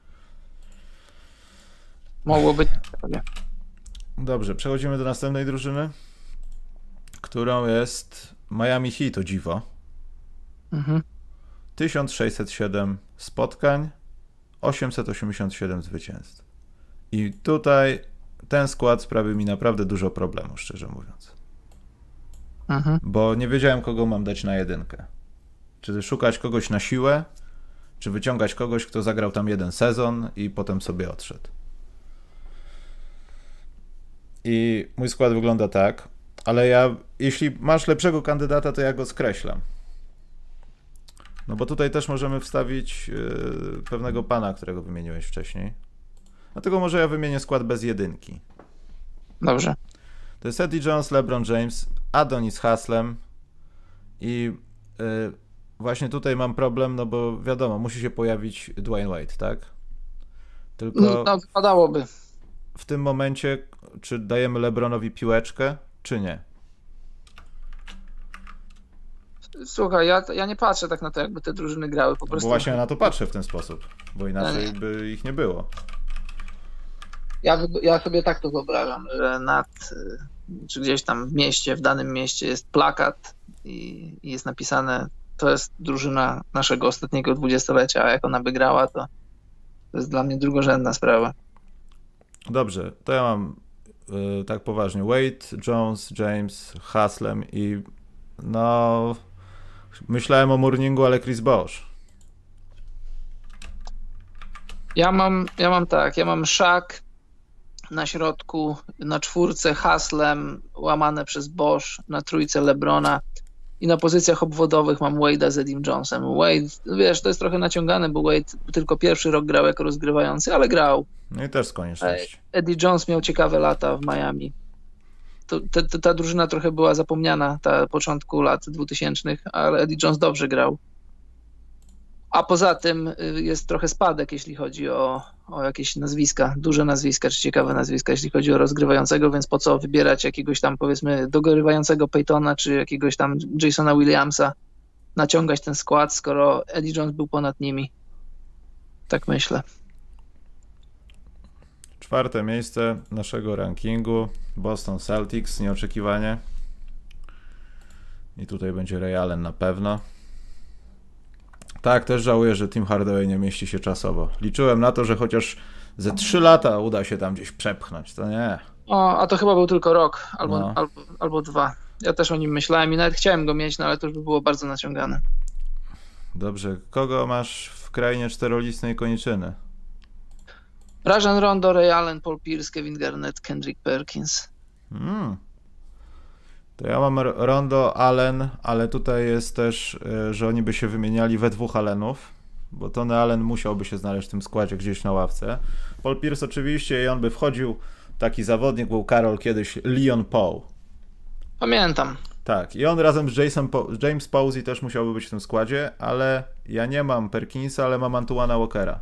Mogło być. Dobrze, przechodzimy do następnej drużyny, którą jest Miami Heat, o dziwo. 1607 spotkań, 887 zwycięstw. I tutaj ten skład sprawił mi naprawdę dużo problemów, szczerze mówiąc. Bo nie wiedziałem, kogo mam dać na jedynkę. Czy szukać kogoś na siłę, czy wyciągać kogoś, kto zagrał tam jeden sezon i potem sobie odszedł. I mój skład wygląda tak, ale jeśli masz lepszego kandydata, to ja go skreślam. No bo tutaj też możemy wstawić pewnego pana, którego wymieniłeś wcześniej. Dlatego może ja wymienię skład bez jedynki. Dobrze. To jest Eddie Jones, LeBron James, Adonis Haslem i właśnie tutaj mam problem, no bo wiadomo, musi się pojawić Dwayne Wade, tak? Tylko no wypadałoby. W tym momencie, czy dajemy LeBronowi piłeczkę, czy nie? Słuchaj, ja nie patrzę tak na to, jakby te drużyny grały po prostu. Bo właśnie na to patrzę w ten sposób, bo inaczej by ich nie było. Ja sobie tak to wyobrażam, że czy gdzieś tam w mieście, w danym mieście jest plakat i jest napisane, to jest drużyna naszego ostatniego 20-lecia, a jak ona by grała, to jest dla mnie drugorzędna sprawa. Dobrze, to ja mam tak poważnie. Wade, Jones, James, Haslem i no myślałem o Mourningu, ale Chris Bosh. Ja mam Shaq na środku, na 4 Haslem łamane przez Bosh, na 3 LeBrona i na pozycjach obwodowych mam Wade'a z Edim Jonesem. Wade, wiesz, to jest trochę naciągane, bo Wade tylko pierwszy rok grał jako rozgrywający, ale grał. No i też z konieczności. Eddie Jones miał ciekawe lata w Miami. Ta drużyna trochę była zapomniana, ta początku lat 2000, ale Eddie Jones dobrze grał. A poza tym jest trochę spadek, jeśli chodzi o jakieś nazwiska, duże nazwiska, czy ciekawe nazwiska, jeśli chodzi o rozgrywającego, więc po co wybierać jakiegoś tam, powiedzmy, dogrywającego Peytona, czy jakiegoś tam Jasona Williamsa, naciągać ten skład, skoro Eddie Jones był ponad nimi. Tak myślę. 4. miejsce naszego rankingu, Boston Celtics, nieoczekiwanie. I tutaj będzie Ray Allen na pewno. Tak, też żałuję, że Tim Hardaway nie mieści się czasowo. Liczyłem na to, że chociaż ze 3 lata uda się tam gdzieś przepchnąć, to nie. A to chyba był tylko rok, albo 2. Ja też o nim myślałem i nawet chciałem go mieć, no ale to już by było bardzo naciągane. Dobrze, kogo masz w krainie czterolistnej koniczyny? Rajon Rondo, Ray Allen, Paul Pierce, Kevin Garnett, Kendrick Perkins. To ja mam Rondo, Allen, ale tutaj jest też, że oni by się wymieniali we 2 Allenów, bo Tony Allen musiałby się znaleźć w tym składzie gdzieś na ławce. Paul Pierce oczywiście i on by wchodził, taki zawodnik był Karol kiedyś, Leon Paul. Pamiętam. Tak, i on razem z James Posey też musiałby być w tym składzie, ale ja nie mam Perkinsa, ale mam Antoine'a Walkera.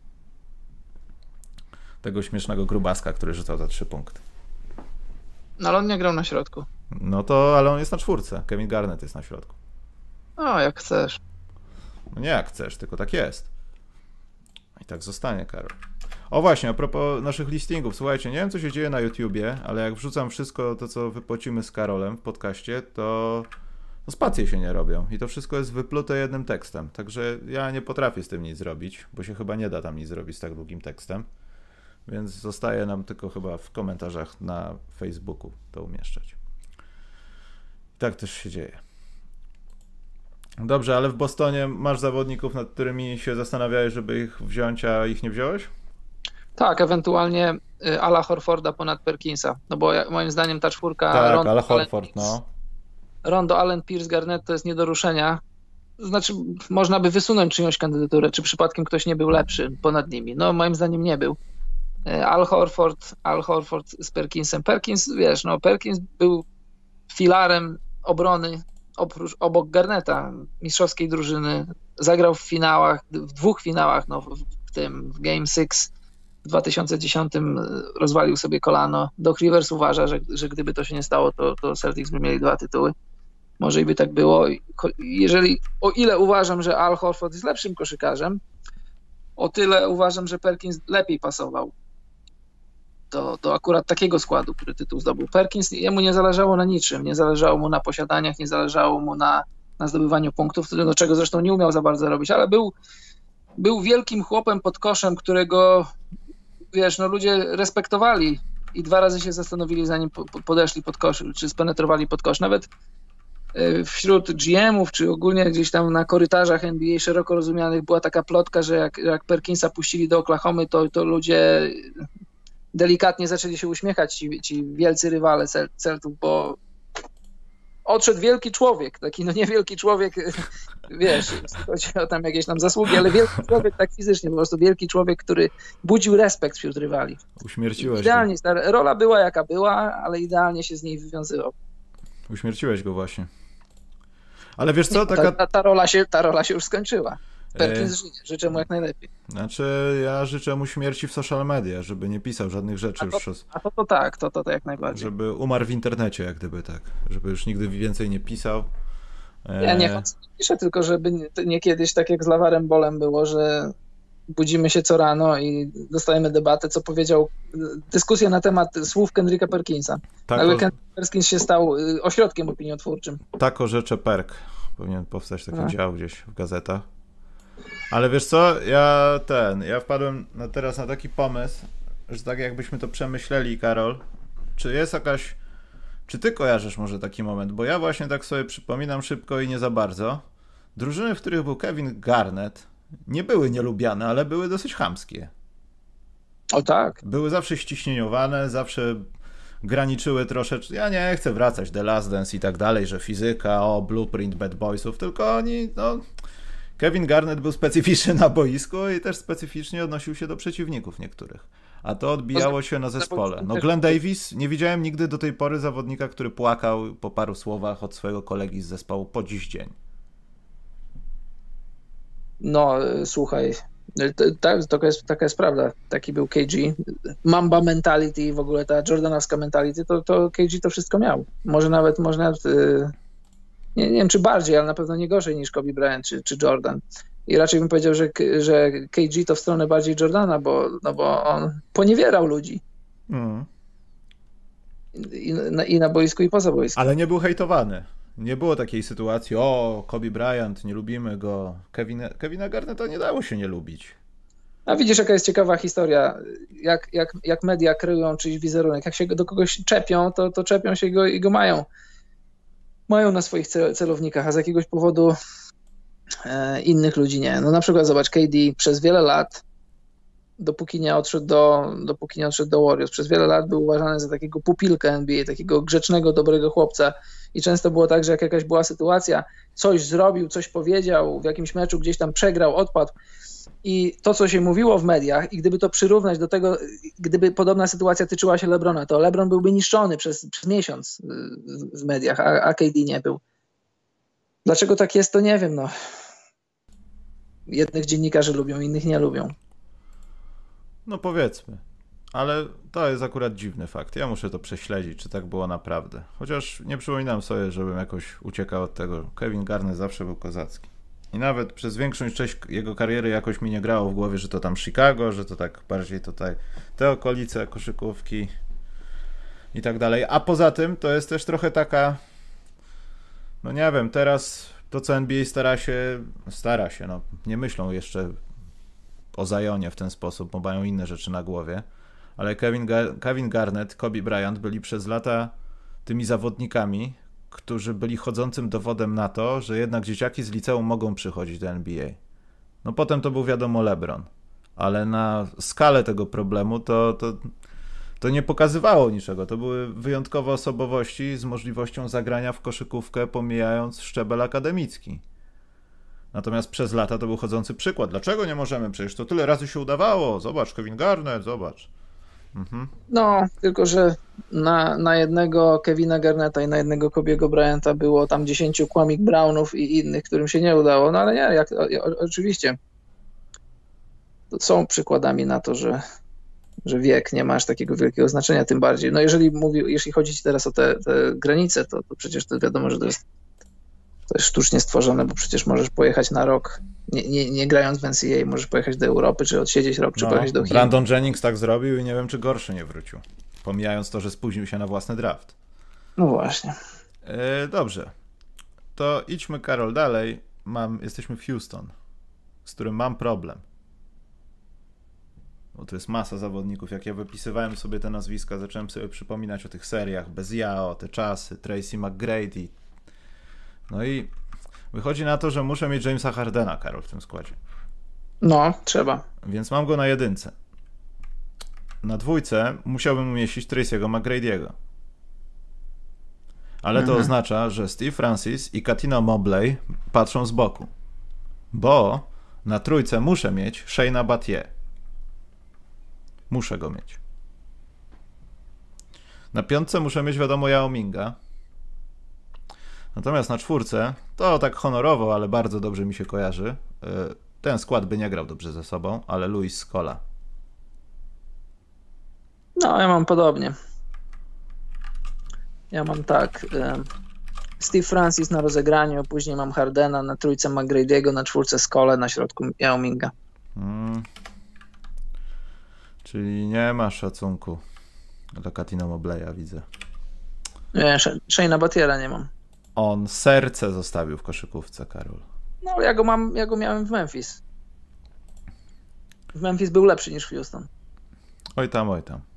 Tego śmiesznego grubaska, który rzucał za 3 punkty. No ale on nie grał na środku. No to, ale on jest na 4. Kevin Garnett jest na środku. O, jak chcesz. No nie jak chcesz, tylko tak jest. I tak zostanie, Karol. O właśnie, a propos naszych listingów. Słuchajcie, nie wiem, co się dzieje na YouTubie, ale jak wrzucam wszystko to, co wypłacimy z Karolem w podcaście, to spacje się nie robią. I to wszystko jest wyplute jednym tekstem. Także ja nie potrafię z tym nic zrobić, bo się chyba nie da tam nic zrobić z tak długim tekstem. Więc zostaje nam tylko chyba w komentarzach na Facebooku to umieszczać. Tak też się dzieje. Dobrze, ale w Bostonie masz zawodników, nad którymi się zastanawiałeś, żeby ich wziąć, a ich nie wziąłeś? Tak, ewentualnie Ala Horforda ponad Perkinsa, no bo moim zdaniem ta czwórka... Tak, Ala Horford, no. Rondo, Allen, Pierce, Garnett to jest nie do ruszenia. Znaczy, można by wysunąć czyjąś kandydaturę, czy przypadkiem ktoś nie był lepszy ponad nimi. No, moim zdaniem nie był. Al Horford z Perkinsem. Perkins, wiesz, no, Perkins był filarem obrony obok Garnetta, mistrzowskiej drużyny. Zagrał w finałach, w 2 finałach, no, w Game 6 w 2010 rozwalił sobie kolano. Doc Rivers uważa, że gdyby to się nie stało, to Celtics by mieli 2 tytuły. Może i by tak było. O ile uważam, że Al Horford jest lepszym koszykarzem, o tyle uważam, że Perkins lepiej pasował do akurat takiego składu, który tytuł zdobył. Perkins, jemu nie zależało na niczym, nie zależało mu na posiadaniach, nie zależało mu na zdobywaniu punktów, do czego zresztą nie umiał za bardzo robić, ale był wielkim chłopem pod koszem, którego, wiesz, no ludzie respektowali i 2 razy się zastanowili, zanim podeszli pod kosz, czy spenetrowali pod kosz. Nawet wśród GM-ów, czy ogólnie gdzieś tam na korytarzach NBA szeroko rozumianych była taka plotka, że jak Perkinsa puścili do Oklahomy, to ludzie delikatnie zaczęli się uśmiechać, ci wielcy rywale Celtów, bo odszedł wielki człowiek, taki no niewielki człowiek, wiesz, chodzi o tam jakieś tam zasługi, ale wielki człowiek tak fizycznie, po prostu wielki człowiek, który budził respekt wśród rywali. Uśmierciłeś idealnie, go. Ta rola była jaka była, ale idealnie się z niej wywiązywał. Uśmierciłeś go właśnie. Ale wiesz co? Ta rola się już skończyła. Perkins żyje, życzę mu jak najlepiej. Znaczy, ja życzę mu śmierci w social media, żeby nie pisał żadnych rzeczy już. To jak najbardziej. Żeby umarł w internecie, jak gdyby tak. Żeby już nigdy więcej nie pisał. Niech on pisze, tylko żeby nie kiedyś tak jak z Lavarem Ballem było, że budzimy się co rano i dostajemy debatę, co powiedział, dyskusję na temat słów Kendricka Perkinsa. Kendrick Perkins się stał ośrodkiem opiniotwórczym. Tako rzecze Perk. Powinien powstać taki dział gdzieś w gazetach. Ale wiesz co, ja wpadłem teraz na taki pomysł, że tak jakbyśmy to przemyśleli, Karol, czy ty kojarzysz może taki moment, bo ja właśnie tak sobie przypominam szybko i nie za bardzo. Drużyny, w których był Kevin Garnett, nie były nielubiane, ale były dosyć chamskie. O tak. Były zawsze ściśnieniowane, zawsze graniczyły troszeczkę, ja nie chcę wracać The Last Dance i tak dalej, że fizyka, blueprint Bad Boysów, tylko oni, Kevin Garnett był specyficzny na boisku i też specyficznie odnosił się do przeciwników niektórych. A to odbijało się na zespole. Glenn Davis, nie widziałem nigdy do tej pory zawodnika, który płakał po paru słowach od swojego kolegi z zespołu po dziś dzień. No, słuchaj, taka jest prawda. Taki był KG. Mamba mentality i w ogóle ta jordanowska mentality, to KG to wszystko miał. Może nawet nie wiem czy bardziej, ale na pewno nie gorzej niż Kobe Bryant czy Jordan. I raczej bym powiedział, że KG to w stronę bardziej Jordana, bo on poniewierał ludzi. I na boisku, i poza boiskiem. Ale nie był hejtowany. Nie było takiej sytuacji, Kobe Bryant, nie lubimy go. Kevina Garnetta nie dało się nie lubić. A widzisz, jaka jest ciekawa historia. Jak media kreują czyjś wizerunek. Jak się do kogoś czepią, to czepią się i go mają. Mają na swoich celownikach, a z jakiegoś powodu innych ludzi nie. No na przykład zobacz, KD przez wiele lat, dopóki nie odszedł do Warriors, przez wiele lat był uważany za takiego pupilka NBA, takiego grzecznego, dobrego chłopca i często było tak, że jak jakaś była sytuacja, coś zrobił, coś powiedział, w jakimś meczu gdzieś tam przegrał, odpadł i to, co się mówiło w mediach i gdyby to przyrównać do tego, gdyby podobna sytuacja tyczyła się LeBrona, to LeBron byłby niszczony przez miesiąc w mediach, a KD nie był. Dlaczego tak jest, to nie wiem. Jednych dziennikarzy lubią, innych nie lubią. No powiedzmy. Ale to jest akurat dziwny fakt. Ja muszę to prześledzić, czy tak było naprawdę. Chociaż nie przypominam sobie, żebym jakoś uciekał od tego. Kevin Garnett zawsze był kozacki. I nawet przez większą część jego kariery jakoś mi nie grało w głowie, że to tam Chicago, że to tak bardziej tutaj te okolice, koszykówki i tak dalej. A poza tym to jest też trochę taka, nie wiem, teraz to co NBA stara się, nie myślą jeszcze o Zionie w ten sposób, bo mają inne rzeczy na głowie, ale Kevin Garnett, Kobe Bryant byli przez lata tymi zawodnikami, którzy byli chodzącym dowodem na to, że jednak dzieciaki z liceum mogą przychodzić do NBA. No potem to był wiadomo LeBron, ale na skalę tego problemu to nie pokazywało niczego. To były wyjątkowe osobowości z możliwością zagrania w koszykówkę, pomijając szczebel akademicki. Natomiast przez lata to był chodzący przykład. Dlaczego nie możemy? Przecież to tyle razy się udawało. Zobacz, Kevin Garnett, zobacz. No, tylko że na jednego Kevina Garnetta i na jednego Kobiego Bryanta było tam 10 Kwame Brownów i innych, którym się nie udało. No ale nie, oczywiście są przykładami na to, że wiek nie ma aż takiego wielkiego znaczenia, tym bardziej. No jeśli chodzi ci teraz o te granice, to przecież to wiadomo, że to jest sztucznie stworzone, bo przecież możesz pojechać na rok, nie grając w NCAA, możesz pojechać do Europy, czy odsiedzieć rok, czy pojechać do Chin. Brandon Jennings tak zrobił i nie wiem, czy gorszy nie wrócił. Pomijając to, że spóźnił się na własny draft. No właśnie. Dobrze. To idźmy, Karol, dalej. Jesteśmy w Houston, z którym mam problem. Bo to jest masa zawodników. Jak ja wypisywałem sobie te nazwiska, zacząłem sobie przypominać o tych seriach. Bez Yao, te czasy, Tracy McGrady. No i wychodzi na to, że muszę mieć Jamesa Hardena, Karol, w tym składzie. No, trzeba. Więc mam go na 1. Na 2 musiałbym umieścić Tracy'ego McGrady'ego. Ale to oznacza, że Steve Francis i Katina Mobley patrzą z boku. Bo na 3 muszę mieć Shane'a Battier. Muszę go mieć. Na 5 muszę mieć, wiadomo, Yao Minga. Natomiast na 4 to tak honorowo, ale bardzo dobrze mi się kojarzy. Ten skład by nie grał dobrze ze sobą, ale Luis Scola. No, ja mam podobnie. Ja mam tak. Steve Francis na rozegraniu, później mam Hardena, na 3 McGrady'ego, na 4 Scolę, na środku Yao Minga. Czyli nie ma szacunku dla Katina Mobleya, widzę. Nie, Shane'a Battiera nie mam. On serce zostawił w koszykówce, Karol. No, ja go miałem w Memphis. W Memphis był lepszy niż w Houston. Oj tam.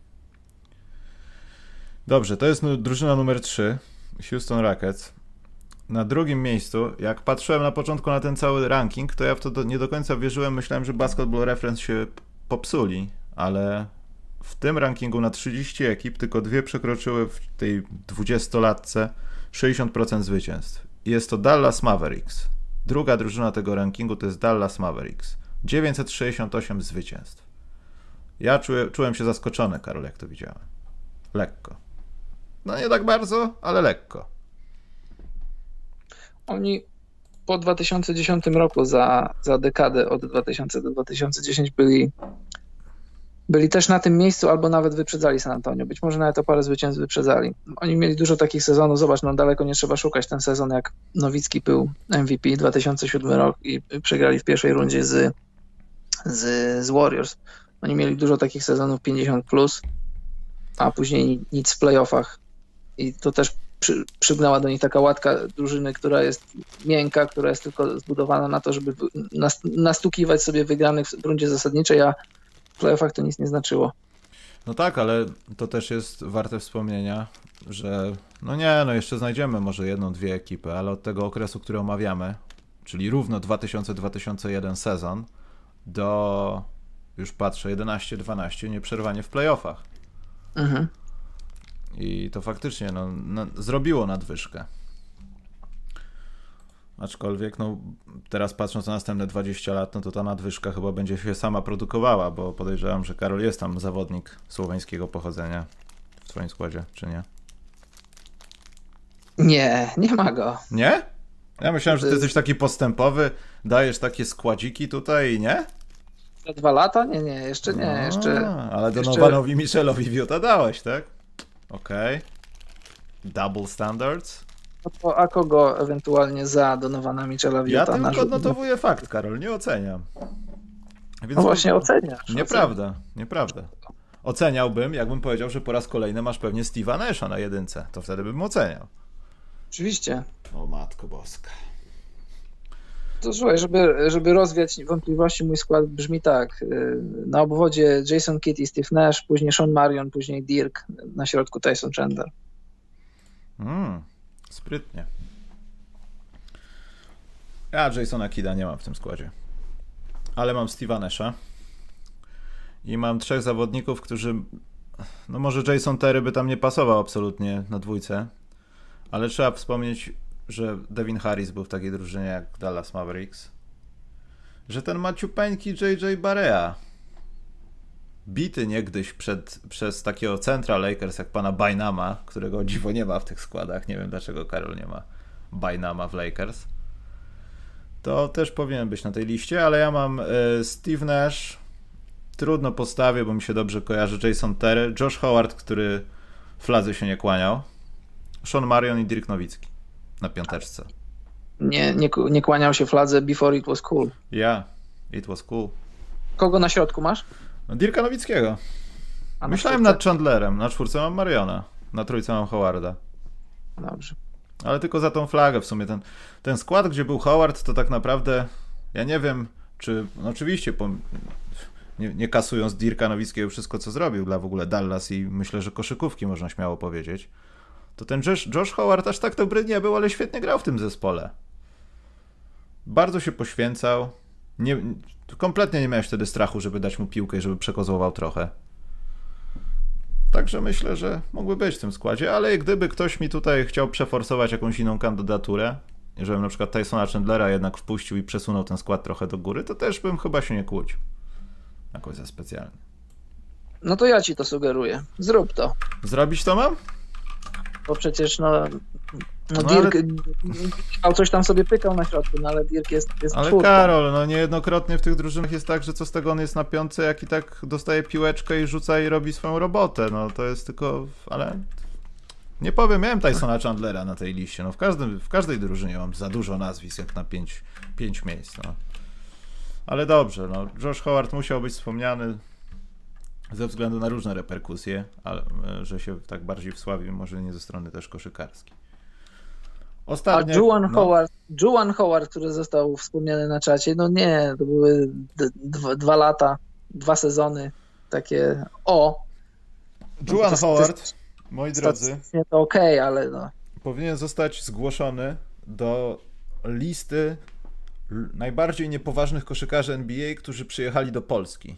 Dobrze, to jest drużyna numer 3, Houston Rockets. Na 2 miejscu, jak patrzyłem na początku na ten cały ranking, to ja w to nie do końca wierzyłem. Myślałem, że Basketball Reference się popsuli, ale w tym rankingu na 30 ekip tylko 2 przekroczyły w tej 20-latce 60% zwycięstw. I jest to Dallas Mavericks. Druga drużyna tego rankingu to jest Dallas Mavericks. 968 zwycięstw. Ja czułem się zaskoczony, Karol, jak to widziałem. Lekko. No nie tak bardzo, ale lekko. Oni po 2010 roku za dekadę od 2000 do 2010 byli też na tym miejscu, albo nawet wyprzedzali San Antonio. Być może nawet o parę zwycięstw wyprzedzali. Oni mieli dużo takich sezonów. Zobacz, no daleko nie trzeba szukać. Ten sezon, jak Nowicki był MVP 2007 rok i przegrali w pierwszej rundzie z Warriors. Oni mieli dużo takich sezonów 50+, a później nic w playoffach. I to też przygnęła do nich taka łatka drużyny, która jest miękka, która jest tylko zbudowana na to, żeby nastukiwać sobie wygranych w rundzie zasadniczej, a w playoffach to nic nie znaczyło. No tak, ale to też jest warte wspomnienia, że jeszcze znajdziemy może 1-2 ekipy, ale od tego okresu, który omawiamy, czyli równo 2000-2001 sezon, do, już patrzę, 11-12 nieprzerwanie w playoffach. Mhm. I to faktycznie zrobiło nadwyżkę. Aczkolwiek teraz patrząc na następne 20 lat, to ta nadwyżka chyba będzie się sama produkowała, bo podejrzewam, że Karol, jest tam zawodnik słoweńskiego pochodzenia w twoim składzie, czy nie? Nie ma go. Nie? Ja myślałem, że ty jesteś taki postępowy, dajesz takie składziki tutaj i nie? Za 2 lata? Nie, jeszcze nie. Ale Donovanowi Michelowi Wiuta dałeś, tak? Okej. Double standards. A kogo ewentualnie za Donovana Michela Wiuta? Ja tylko odnotowuję fakt, Karol, nie oceniam. Więc no właśnie oceniasz. Nieprawda. Oceniałbym, jakbym powiedział, że po raz kolejny masz pewnie Steve'a Nasha na 1. To wtedy bym oceniał. Oczywiście. O matko boska. To słuchaj, żeby rozwiać wątpliwości, mój skład brzmi tak. Na obwodzie Jason Kidd i Steve Nash, później Sean Marion, później Dirk, na środku Tyson Chandler. Sprytnie. Ja Jasona Kidda nie mam w tym składzie. Ale mam Steve'a Nasha. I mam 3 zawodników, którzy... No może Jason Terry by tam nie pasował absolutnie na dwójce. Ale trzeba wspomnieć, że Devin Harris był w takiej drużynie jak Dallas Mavericks. Że ten maciupeńki JJ Barea, bity niegdyś przez takiego centra Lakers jak pana Bynama, którego o dziwo nie ma w tych składach. Nie wiem dlaczego Karol nie ma Bynama w Lakers. To też powinien być na tej liście, ale ja mam Steve Nash, trudno postawię, bo mi się dobrze kojarzy, Jason Terry, Josh Howard, który fladze się nie kłaniał, Sean Marion i Dirk Nowicki na piąteczce. Nie kłaniał się fladze before it was cool. It was cool. Kogo na środku masz? No, Dirka Nowickiego. Myślałem nad Chandlerem, na 4 mam Mariona, na 3 mam Howarda. Dobrze. Ale tylko za tą flagę w sumie. Ten skład, gdzie był Howard, to tak naprawdę ja nie wiem, czy... No oczywiście nie kasując Dirka Nowickiego wszystko, co zrobił dla w ogóle Dallas i myślę, że koszykówki można śmiało powiedzieć, to ten Josh Howard aż tak dobry nie był, ale świetnie grał w tym zespole. Bardzo się poświęcał. Kompletnie nie miałeś wtedy strachu, żeby dać mu piłkę i żeby przekozował trochę. Także myślę, że mógłby być w tym składzie, ale gdyby ktoś mi tutaj chciał przeforsować jakąś inną kandydaturę, żebym na przykład Tysona Chandlera jednak wpuścił i przesunął ten skład trochę do góry, to też bym chyba się nie kłócił. Jakoś za specjalnie. No to ja ci to sugeruję. Zrób to. Zrobić to mam? Bo przecież Dirk coś tam sobie pykał na środku, no ale Dirk jest ale czwórką. Karol, no niejednokrotnie w tych drużynach jest tak, że co z tego on jest na piątce, jak i tak dostaje piłeczkę i rzuca i robi swoją robotę. No to jest tylko... Ale nie powiem, miałem Tysona Chandlera na tej liście. No w każdej drużynie mam za dużo nazwisk, jak na 5 miejsc. No. Ale dobrze, no Josh Howard musiał być wspomniany ze względu na różne reperkusje, ale że się tak bardziej wsławił, może nie ze strony też koszykarskiej. Ostatnio, Juwan Howard, który został wspomniany na czacie, no nie, to były 2 lata, 2 sezony, takie Juwan Howard, moi drodzy, nie to okej, ale no. Powinien zostać zgłoszony do listy najbardziej niepoważnych koszykarzy NBA, którzy przyjechali do Polski.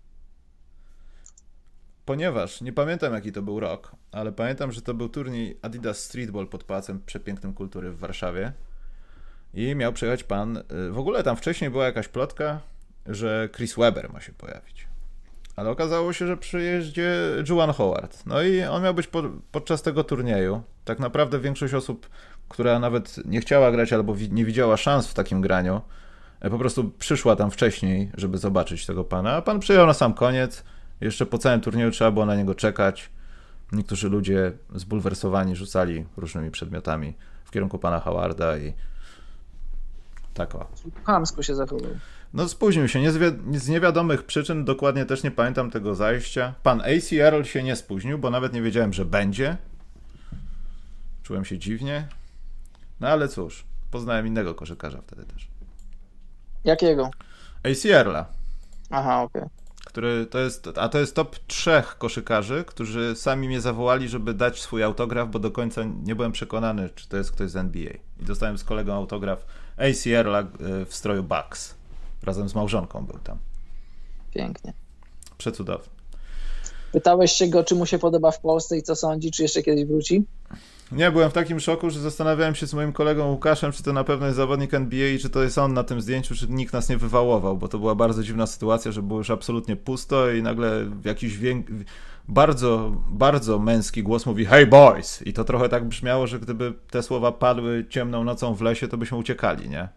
Ponieważ, nie pamiętam jaki to był rok, ale pamiętam, że to był turniej Adidas Streetball pod Pałacem Przepięknym Kultury w Warszawie i miał przyjechać pan, w ogóle tam wcześniej była jakaś plotka, że Chris Webber ma się pojawić. Ale okazało się, że przyjeździe Juwan Howard. No i on miał być podczas tego turnieju. Tak naprawdę większość osób, która nawet nie chciała grać albo nie widziała szans w takim graniu, po prostu przyszła tam wcześniej, żeby zobaczyć tego pana, a pan przyjechał na sam koniec. Jeszcze po całym turnieju trzeba było na niego czekać. Niektórzy ludzie zbulwersowani rzucali różnymi przedmiotami w kierunku pana Howarda i tak o. Chamsko się zachował. No spóźnił się, z niewiadomych przyczyn, dokładnie też nie pamiętam tego zajścia. Pan AC Earl się nie spóźnił, bo nawet nie wiedziałem, że będzie. Czułem się dziwnie. No ale cóż, poznałem innego koszykarza wtedy też. Jakiego? AC Earla. Aha, okej. Który to jest top 3 koszykarzy, którzy sami mnie zawołali, żeby dać swój autograf, bo do końca nie byłem przekonany, czy to jest ktoś z NBA. I dostałem z kolegą autograf AC Earla w stroju Bucks. Razem z małżonką był tam. Pięknie. Przecudowny. Pytałeś się go, czy mu się podoba w Polsce i co sądzi, czy jeszcze kiedyś wróci? Nie, byłem w takim szoku, że zastanawiałem się z moim kolegą Łukaszem, czy to na pewno jest zawodnik NBA i czy to jest on na tym zdjęciu, czy nikt nas nie wywałował, bo to była bardzo dziwna sytuacja, że było już absolutnie pusto i nagle jakiś bardzo, bardzo męski głos mówi "Hey boys!" I to trochę tak brzmiało, że gdyby te słowa padły ciemną nocą w lesie, to byśmy uciekali, nie?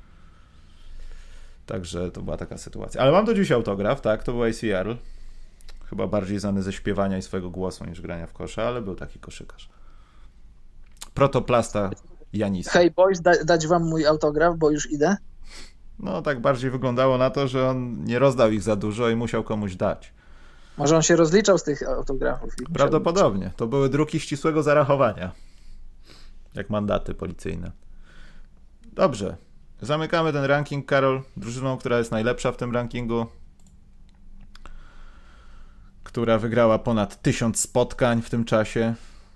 Także to była taka sytuacja. Ale mam do dziś autograf, tak, to był AC Earl. Chyba bardziej znany ze śpiewania i swojego głosu niż grania w kosza, ale był taki koszykarz. Protoplasta Janisa. Hey boys, dać wam mój autograf, bo już idę? No tak bardziej wyglądało na to, że on nie rozdał ich za dużo i musiał komuś dać. Może on się rozliczał z tych autografów. Prawdopodobnie. To były druki ścisłego zarachowania. Jak mandaty policyjne. Dobrze. Zamykamy ten ranking, Karol, drużyną, która jest najlepsza w tym rankingu, która wygrała ponad 1000 spotkań w tym czasie.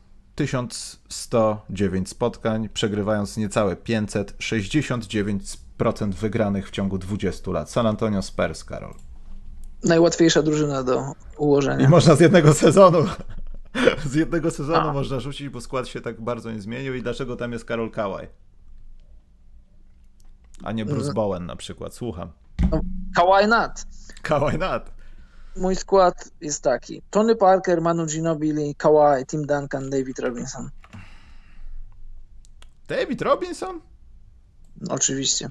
1109 spotkań, przegrywając niecałe 500, 69% wygranych w ciągu 20 lat. San Antonio Spurs, Karol. Najłatwiejsza drużyna do ułożenia. I można z jednego sezonu można rzucić, bo skład się tak bardzo nie zmienił. I dlaczego tam jest Karol Kawhi? A nie Bruce Bowen na przykład. Słucham. Kawhi Nat. Kawhi Nat. Mój skład jest taki. Tony Parker, Manu Ginobili, Kawhi, Tim Duncan, David Robinson. David Robinson? Oczywiście.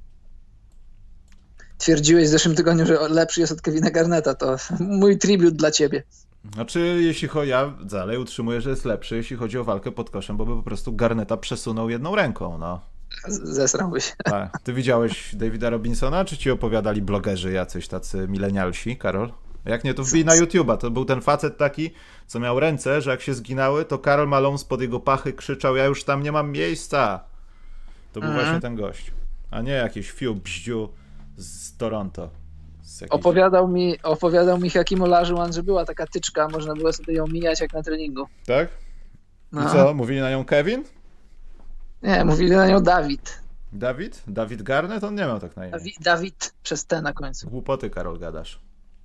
Twierdziłeś w zeszłym tygodniu, że lepszy jest od Kevina Garnetta. To mój tribut dla ciebie. Znaczy, ja dalej utrzymuję, że jest lepszy, jeśli chodzi o walkę pod koszem, bo by po prostu Garnetta przesunął jedną ręką, no. Zesrałbyś. Tak. Ty widziałeś Davida Robinsona, czy ci opowiadali blogerzy jacyś tacy milenialsi, Karol? Jak nie, to wbij na YouTube'a. To był ten facet taki, co miał ręce, że jak się zginały, to Karol Malone spod jego pachy krzyczał: ja już tam nie mam miejsca. To był właśnie ten gość. A nie jakiś fiu bździu z Toronto. Opowiadał mi Hakim Olajuwon, że była taka tyczka, można było sobie ją mijać jak na treningu. Tak? I co? Mówili na nią Kevin? Nie, mówili na nią Dawid. Dawid? Dawid Garnett? On nie miał tak na imię. Dawid przez T na końcu. Głupoty, Karol, gadasz.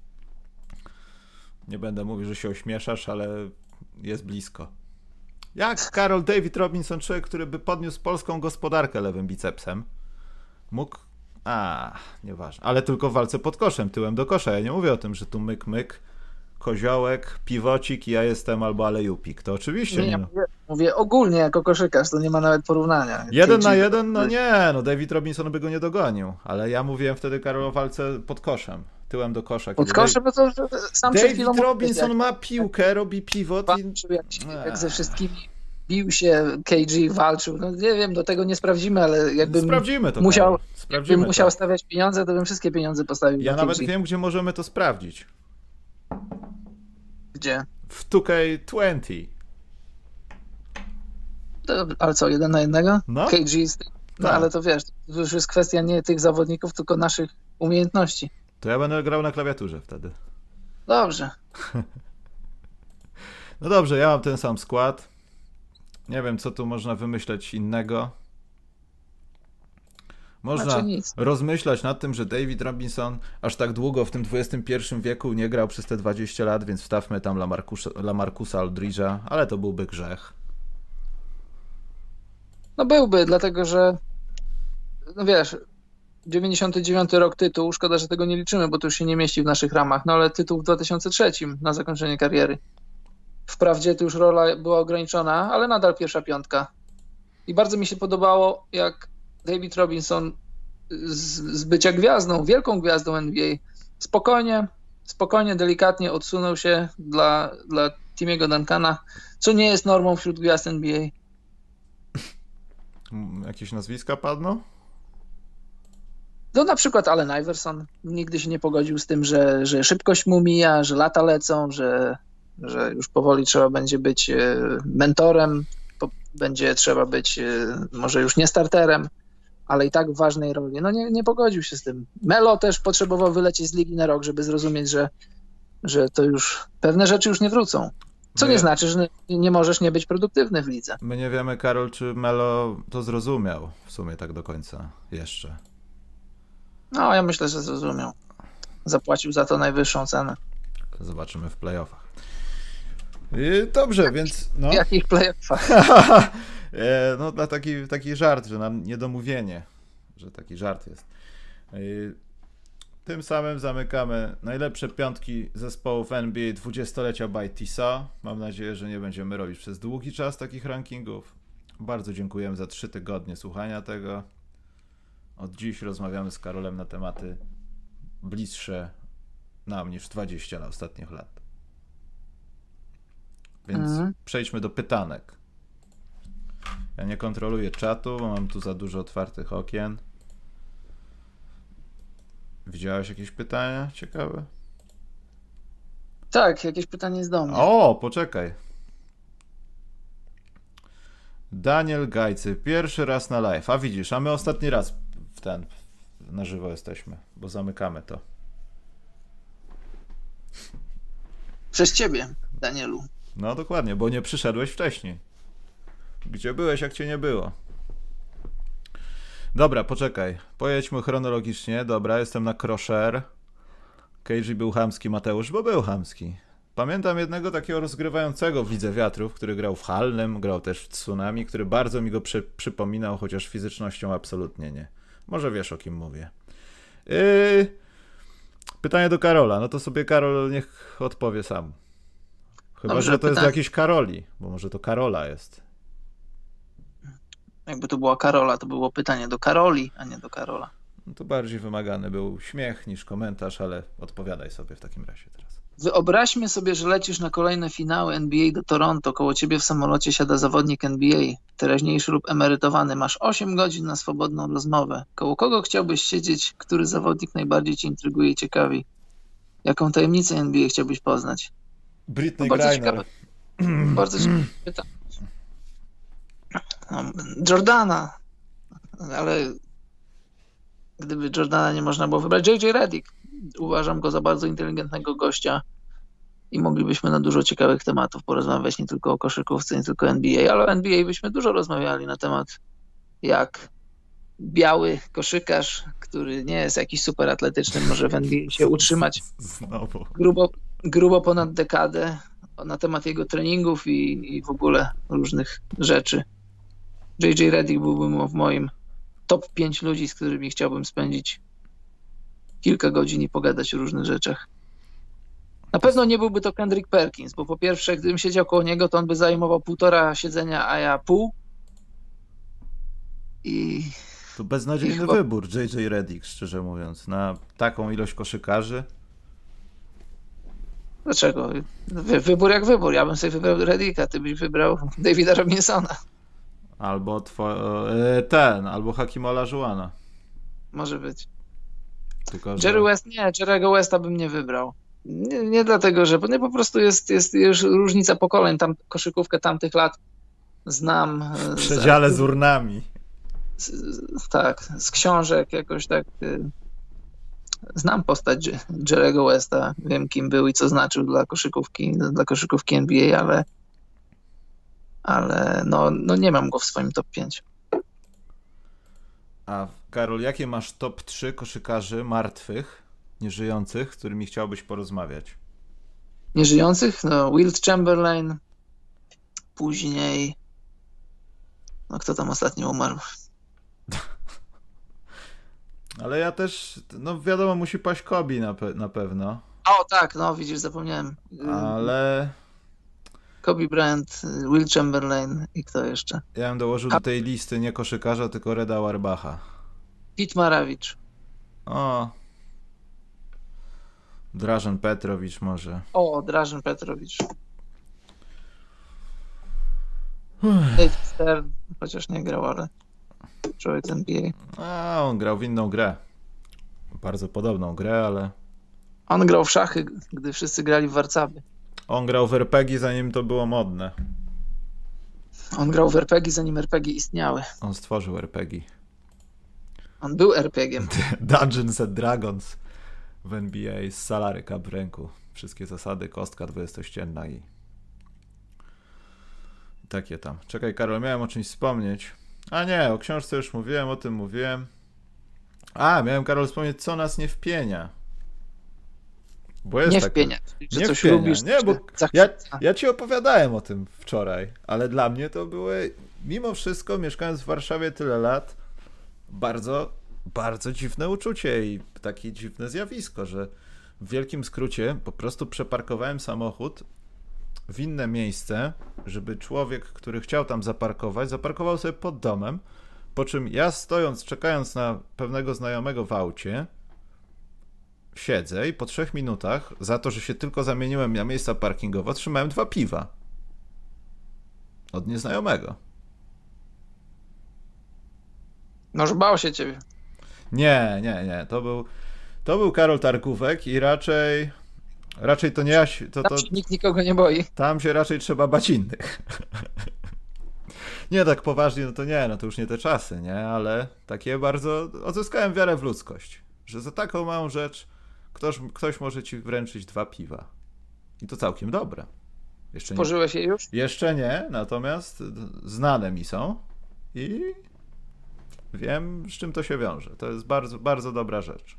Nie będę mówił, że się ośmieszasz, ale jest blisko. Jak Karol David Robinson, człowiek, który by podniósł polską gospodarkę lewym bicepsem, mógł... nieważne. Ale tylko w walce pod koszem, tyłem do kosza. Ja nie mówię o tym, że tu myk, koziołek, piwocik i ja jestem albo alejupik. To oczywiście nie. Mówię ogólnie jako koszykarz, to nie ma nawet porównania. 1 na 1? No nie, David Robinson by go nie dogonił. Ale ja mówiłem wtedy, Karol, o walce pod koszem. Tyłem do kosza. Pod koszem, bo to sam przed chwilą... David Robinson ma piłkę, robi pivot i... Jak ze wszystkimi bił się, KG walczył. No nie wiem, do tego nie sprawdzimy, ale jakbym sprawdzimy to, musiał stawiać pieniądze, to bym wszystkie pieniądze postawił. Ja nawet wiem, gdzie możemy to sprawdzić. Gdzie? W 2K20. Ale co, 1 na 1? No. KG jest... No tak. Ale to wiesz, to już jest kwestia nie tych zawodników, tylko naszych umiejętności. To ja będę grał na klawiaturze wtedy. Dobrze. No dobrze, ja mam ten sam skład. Nie wiem, co tu można wymyśleć innego. Można rozmyślać nad tym, że David Robinson aż tak długo w tym XXI wieku nie grał przez te 20 lat, więc wstawmy tam Lamarcusa Aldridge'a, ale to byłby grzech. No byłby, dlatego że no wiesz, 99 rok tytuł, szkoda, że tego nie liczymy, bo to już się nie mieści w naszych ramach, no ale tytuł w 2003 na zakończenie kariery. Wprawdzie tu już rola była ograniczona, ale nadal pierwsza piątka. I bardzo mi się podobało, jak David Robinson z bycia gwiazdą, wielką gwiazdą NBA, spokojnie, delikatnie odsunął się dla Timiego Duncana, co nie jest normą wśród gwiazd NBA. Jakieś nazwiska padną? No na przykład Allen Iverson nigdy się nie pogodził z tym, że szybkość mu mija, że lata lecą, że już powoli trzeba będzie być mentorem, będzie trzeba być może już nie starterem, ale i tak w ważnej roli. No nie pogodził się z tym. Melo też potrzebował wylecieć z ligi na rok, żeby zrozumieć, że to już pewne rzeczy już nie wrócą. Co nie znaczy, że nie możesz nie być produktywny w lidze. My nie wiemy, Karol, czy Melo to zrozumiał w sumie tak do końca jeszcze. No, ja myślę, że zrozumiał. Zapłacił za to najwyższą cenę. Zobaczymy w playoffach. Dobrze, więc... No. W jakich playoffach? No, dla taki żart, że nam niedomówienie, że taki żart jest. Tym samym zamykamy najlepsze piątki zespołów NBA 20-lecia by TISA. Mam nadzieję, że nie będziemy robić przez długi czas takich rankingów. Bardzo dziękujemy za 3 tygodnie słuchania tego. Od dziś rozmawiamy z Karolem na tematy bliższe nam niż 20 na ostatnich lat. Więc przejdźmy do pytanek. Ja nie kontroluję czatu, bo mam tu za dużo otwartych okien. Widziałeś jakieś pytania ciekawe? Tak, jakieś pytanie jest do mnie. O, poczekaj. Daniel Gajcy, pierwszy raz na live. A widzisz, a my ostatni raz na żywo jesteśmy, bo zamykamy to. Przez ciebie, Danielu. No dokładnie, bo nie przyszedłeś wcześniej. Gdzie byłeś, jak cię nie było? Dobra, poczekaj. Pojedźmy chronologicznie. Dobra, jestem na Crusher. KG był chamski, Mateusz, bo był chamski. Pamiętam jednego takiego rozgrywającego Widzę Wiatrów, który grał w Hallem, grał też w Tsunami, który bardzo mi go przypominał, chociaż fizycznością absolutnie nie. Może wiesz, o kim mówię. Pytanie do Karola. No to sobie Karol niech odpowie sam. Chyba, Dobrze, że to jest do jakiejś Karoli, bo może to Karola jest. Jakby to była Karola, to było pytanie do Karoli, a nie do Karola. No to bardziej wymagany był śmiech niż komentarz, ale odpowiadaj sobie w takim razie teraz. Wyobraźmy sobie, że lecisz na kolejne finały NBA do Toronto. Koło ciebie w samolocie siada zawodnik NBA, teraźniejszy lub emerytowany. Masz 8 godzin na swobodną rozmowę. Koło kogo chciałbyś siedzieć? Który zawodnik najbardziej ci intryguje i ciekawi? Jaką tajemnicę NBA chciałbyś poznać? Britney Griner. Bardzo ciekawe pytanie. Jordana. Ale gdyby Jordana nie można było wybrać, JJ Redick. Uważam go za bardzo inteligentnego gościa i moglibyśmy na dużo ciekawych tematów porozmawiać, nie tylko o koszykówce, nie tylko NBA, ale o NBA byśmy dużo rozmawiali na temat, jak biały koszykarz, który nie jest jakiś super atletyczny, może w NBA się utrzymać Znowu. grubo ponad dekadę, na temat jego treningów i w ogóle różnych rzeczy. JJ Redick byłby w moim top 5 ludzi, z którymi chciałbym spędzić kilka godzin i pogadać o różnych rzeczach. Na pewno nie byłby to Kendrick Perkins, bo po pierwsze, gdybym siedział koło niego, to on by zajmował 1,5 siedzenia, a ja pół. I To beznadziejny wybór JJ Redick, szczerze mówiąc, na taką ilość koszykarzy. Dlaczego? Wybór jak wybór. Ja bym sobie wybrał Redicka, ty byś wybrał Davida Robinsona. Albo albo Hakima Olajuwona. Może być. Tylko, Jerry West nie, Jerry'ego Westa bym nie wybrał. Nie dlatego, że po prostu jest już różnica pokoleń. Tam koszykówkę tamtych lat znam. W przedziale z urnami. Tak, z książek jakoś tak. Znam postać Jerry'ego Westa, wiem kim był i co znaczył dla koszykówki NBA, ale no nie mam go w swoim top 5. A Karol, jakie masz top 3 koszykarzy martwych, nieżyjących, z którymi chciałbyś porozmawiać? Nieżyjących? No, Wilt Chamberlain, później kto tam ostatnio umarł? Ale ja też, wiadomo, musi paść Kobe na pewno. O tak, widzisz, zapomniałem. Ale Kobe Bryant, Wilt Chamberlain i kto jeszcze? ja bym dołożył do tej listy nie koszykarza, tylko Reda Auerbacha. Pete Maravich. O, Dražen Petrović może. O, Dražen Petrović. Dave Stern, chociaż nie grał, ale człowiek z NBA. A, on grał w inną grę. Bardzo podobną grę, ale... On grał w szachy, gdy wszyscy grali w Warszawie. On grał w RPG, zanim to było modne. On grał w RPG, zanim RPG istniały. On stworzył RPG. On był RPG-iem. Dungeons and Dragons w NBA z salary cup w ręku. Wszystkie zasady, kostka 20-ścienna i takie tam. Czekaj, Karol, miałem o czymś wspomnieć. A nie, o książce już mówiłem, o tym mówiłem. A, miałem, Karol, wspomnieć, co nas nie wpienia. Bo jest nie tak, wpienia, że nie coś wpienia. lubisz. Nie, bo ja ci opowiadałem o tym wczoraj, ale dla mnie to były, mimo wszystko, mieszkając w Warszawie tyle lat, bardzo, bardzo dziwne uczucie i takie dziwne zjawisko, że w wielkim skrócie po prostu przeparkowałem samochód w inne miejsce, żeby człowiek, który chciał tam zaparkować, zaparkował sobie pod domem, po czym ja stojąc, czekając na pewnego znajomego w aucie, siedzę i po 3 minutach, za to, że się tylko zamieniłem na miejsca parkingowe, otrzymałem 2 piwa. Od nieznajomego. Może bał się ciebie. Nie. To był Karol Tarkówek i raczej to nie ja. Tam się nikt nikogo nie boi. Tam się raczej trzeba bać innych. Nie, tak poważnie, no to nie, no to już nie te czasy, nie? Ale takie bardzo... Odzyskałem wiarę w ludzkość, że za taką małą rzecz ktoś może ci wręczyć 2 piwa. I to całkiem dobre. Jeszcze nie, Spożyłeś je już? jeszcze nie, natomiast znane mi są i wiem, z czym to się wiąże. To jest bardzo, bardzo dobra rzecz.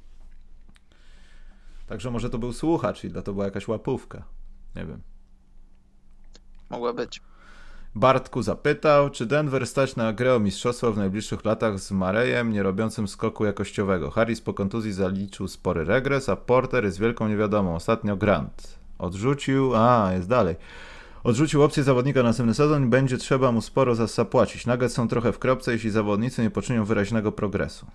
Także może to był słuchacz i to była jakaś łapówka. Nie wiem. Mogła być. Bartku zapytał, czy Denver stać na grę o mistrzostwo w najbliższych latach z Murrayem, nie robiącym skoku jakościowego. Harris po kontuzji zaliczył spory regres, a Porter jest wielką niewiadomą. Ostatnio Grant odrzucił, jest dalej. Odrzucił opcję zawodnika na następny sezon i będzie trzeba mu sporo zapłacić. Nuggets są trochę w kropce, jeśli zawodnicy nie poczynią wyraźnego progresu.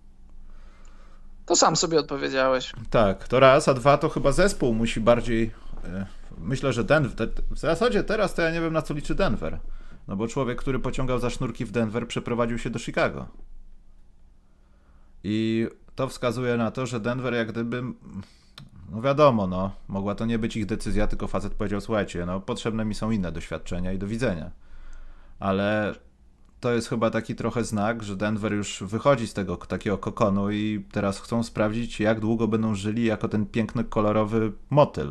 To sam sobie odpowiedziałeś. Tak, to raz, a dwa to chyba zespół musi bardziej... Myślę, że Denver... W zasadzie teraz to ja nie wiem, na co liczy Denver. No bo człowiek, który pociągał za sznurki w Denver, przeprowadził się do Chicago. I to wskazuje na to, że Denver jak gdyby... No wiadomo, no, mogła to nie być ich decyzja, tylko facet powiedział, słuchajcie, no potrzebne mi są inne doświadczenia i do widzenia. Ale to jest chyba taki trochę znak, że Denver już wychodzi z tego takiego kokonu i teraz chcą sprawdzić, jak długo będą żyli jako ten piękny, kolorowy motyl.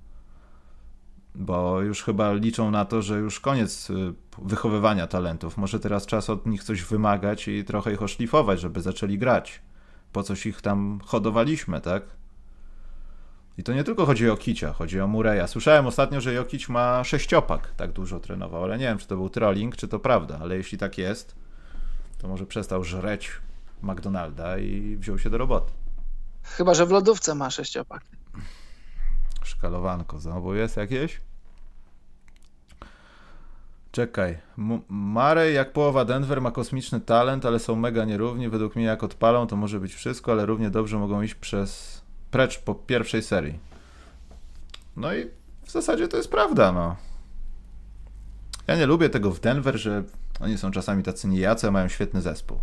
Bo już chyba liczą na to, że już koniec wychowywania talentów. Może teraz czas od nich coś wymagać i trochę ich oszlifować, żeby zaczęli grać. Po coś ich tam hodowaliśmy, tak? I to nie tylko chodzi o Jokicia, chodzi o Murraya. Słyszałem ostatnio, że Jokic ma 6-pack, tak dużo trenował, ale nie wiem, czy to był trolling, czy to prawda, ale jeśli tak jest, to może przestał żreć McDonalda i wziął się do roboty. Chyba że w lodówce ma 6-pak. Szkalowanko znowu jest jakieś? Czekaj. Murray jak połowa Denver ma kosmiczny talent, ale są mega nierówni. Według mnie jak odpalą, to może być wszystko, ale równie dobrze mogą iść precz po pierwszej serii. No i w zasadzie to jest prawda, no. Ja nie lubię tego w Denver, że oni są czasami tacy nijacy, a mają świetny zespół.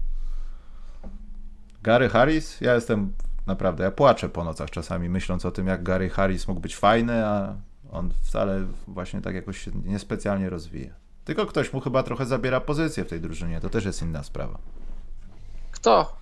Gary Harris, ja płaczę po nocach czasami, myśląc o tym, jak Gary Harris mógł być fajny, a on wcale właśnie tak jakoś się niespecjalnie rozwija. Tylko ktoś mu chyba trochę zabiera pozycję w tej drużynie, to też jest inna sprawa. Kto?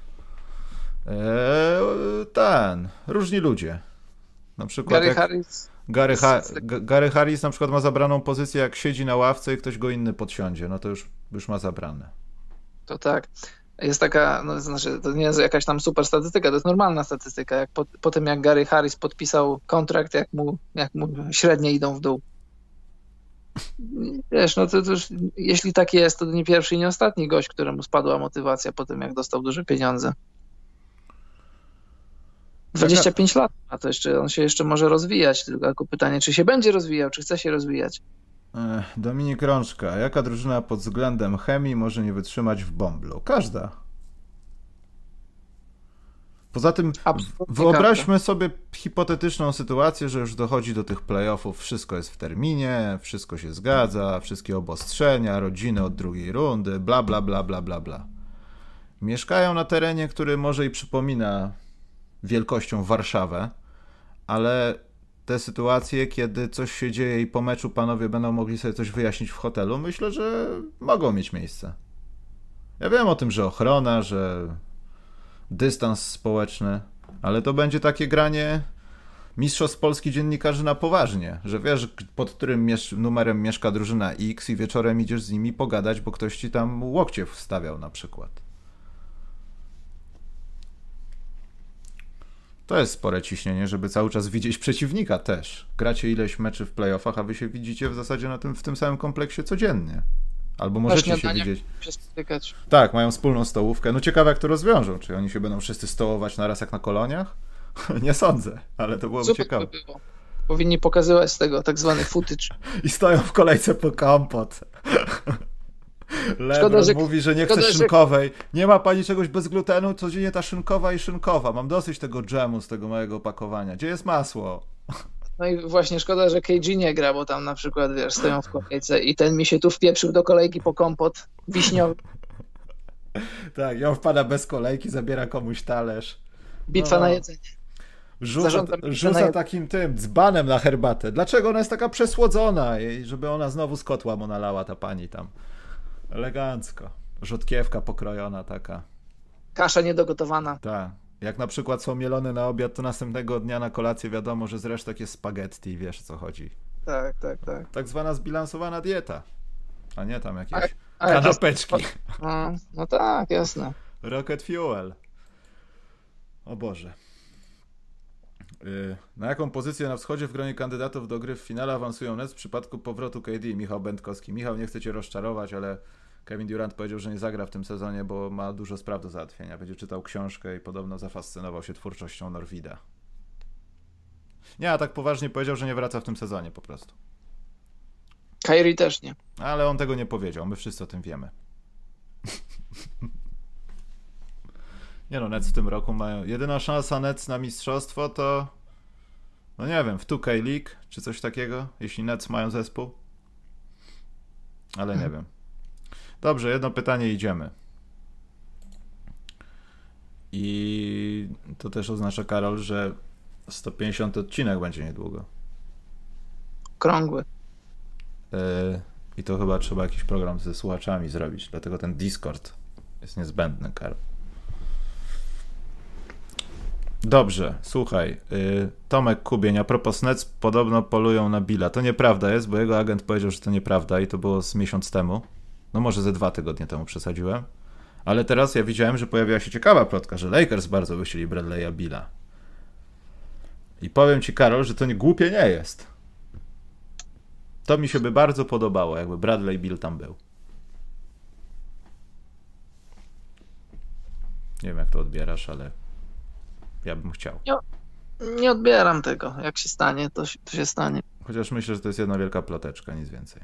Różni ludzie. Na przykład Gary Harris? Gary Harris na przykład ma zabraną pozycję, jak siedzi na ławce i ktoś go inny podsiądzie, no to już ma zabrane. To tak. Jest taka, no znaczy to nie jest jakaś tam super statystyka, to jest normalna statystyka. Jak po tym jak Gary Harris podpisał kontrakt, jak mu średnie idą w dół. Wiesz, no to już, jeśli tak jest, to nie pierwszy i nie ostatni gość, któremu spadła motywacja po tym, jak dostał duże pieniądze. 25 lat, a to on się jeszcze może rozwijać, tylko pytanie, czy się będzie rozwijał, czy chce się rozwijać. Dominik Rączka, jaka drużyna pod względem chemii może nie wytrzymać w bąblu? Każda. Poza tym wyobraźmy sobie hipotetyczną sytuację, że już dochodzi do tych playoffów, wszystko jest w terminie, wszystko się zgadza, wszystkie obostrzenia, rodziny od drugiej rundy, bla bla bla bla bla bla. Mieszkają na terenie, który może i przypomina wielkością Warszawę, ale te sytuacje, kiedy coś się dzieje i po meczu panowie będą mogli sobie coś wyjaśnić w hotelu, myślę, że mogą mieć miejsce. Ja wiem o tym, że ochrona, że dystans społeczny, ale to będzie takie granie mistrzostw Polski dziennikarzy na poważnie, że wiesz, pod którym numerem mieszka drużyna X i wieczorem idziesz z nimi pogadać, bo ktoś ci tam łokcie wstawiał na przykład. To jest spore ciśnienie, żeby cały czas widzieć przeciwnika też. Gracie ileś meczy w playoffach, a wy się widzicie w zasadzie w tym samym kompleksie codziennie. Albo możecie się widzieć. Się spotykać. Tak, mają wspólną stołówkę. No ciekawe, jak to rozwiążą. Czy oni się będą wszyscy stołować naraz jak na koloniach? Nie sądzę, ale to byłoby ciekawe. To było. Powinni pokazywać z tego tak zwany footage. I stoją w kolejce po kompot. LeBron mówi, że nie chce szynkowej. Nie ma pani czegoś bez glutenu? Codziennie ta szynkowa i szynkowa. Mam dosyć tego dżemu z tego małego opakowania. Gdzie jest masło? No i właśnie szkoda, że KG nie gra, bo tam na przykład, wiesz, stoją w kolejce i ten mi się tu wpieprzył do kolejki po kompot wiśniowy. Tak, i on wpada bez kolejki, zabiera komuś talerz. Bitwa na jedzenie. Rzuca takim dzbanem na herbatę. Dlaczego ona jest taka przesłodzona? I żeby ona znowu z kotła mu nalała, ta pani tam. Elegancko. Rzodkiewka pokrojona taka. Kasza niedogotowana. Tak. Jak na przykład są mielone na obiad, to następnego dnia na kolację wiadomo, że z resztek jest spaghetti, wiesz o co chodzi. Tak. Tak zwana zbilansowana dieta. A nie tam jakieś jak kanapeczki. No tak, jasne. Rocket Fuel. O Boże. Na jaką pozycję na wschodzie w gronie kandydatów do gry w finale awansują Nets w przypadku powrotu KD? Michał Będkowski. Michał, nie chcę cię rozczarować, ale Kevin Durant powiedział, że nie zagra w tym sezonie, bo ma dużo spraw do załatwienia. Będzie czytał książkę i podobno zafascynował się twórczością Norwida. Nie, a tak poważnie powiedział, że nie wraca w tym sezonie po prostu. Kyrie też nie. Ale on tego nie powiedział, my wszyscy o tym wiemy. Nie no, Nets w tym roku mają... Jedyna szansa Nets na mistrzostwo to... No nie wiem, w 2K League czy coś takiego, jeśli Nets mają zespół. Ale nie wiem. Dobrze, jedno pytanie, idziemy. I to też oznacza, Karol, że 150 odcinek będzie niedługo. Krągły. I to chyba trzeba jakiś program ze słuchaczami zrobić, dlatego ten Discord jest niezbędny, Karol. Dobrze, słuchaj, Tomek Kubień, a propos Nets, podobno polują na Billa. To nieprawda jest, bo jego agent powiedział, że to nieprawda i to było z miesiąc temu. No może ze 2 tygodnie temu przesadziłem. Ale teraz ja widziałem, że pojawiła się ciekawa plotka, że Lakers bardzo by chcieli Bradley'a Billa. I powiem ci, Karol, że to nie głupie nie jest. To mi się by bardzo podobało, jakby Bradley Beal tam był. Nie wiem, jak to odbierasz, ale ja bym chciał. Nie odbieram tego. Jak się stanie, to się stanie. Chociaż myślę, że to jest jedna wielka ploteczka, nic więcej.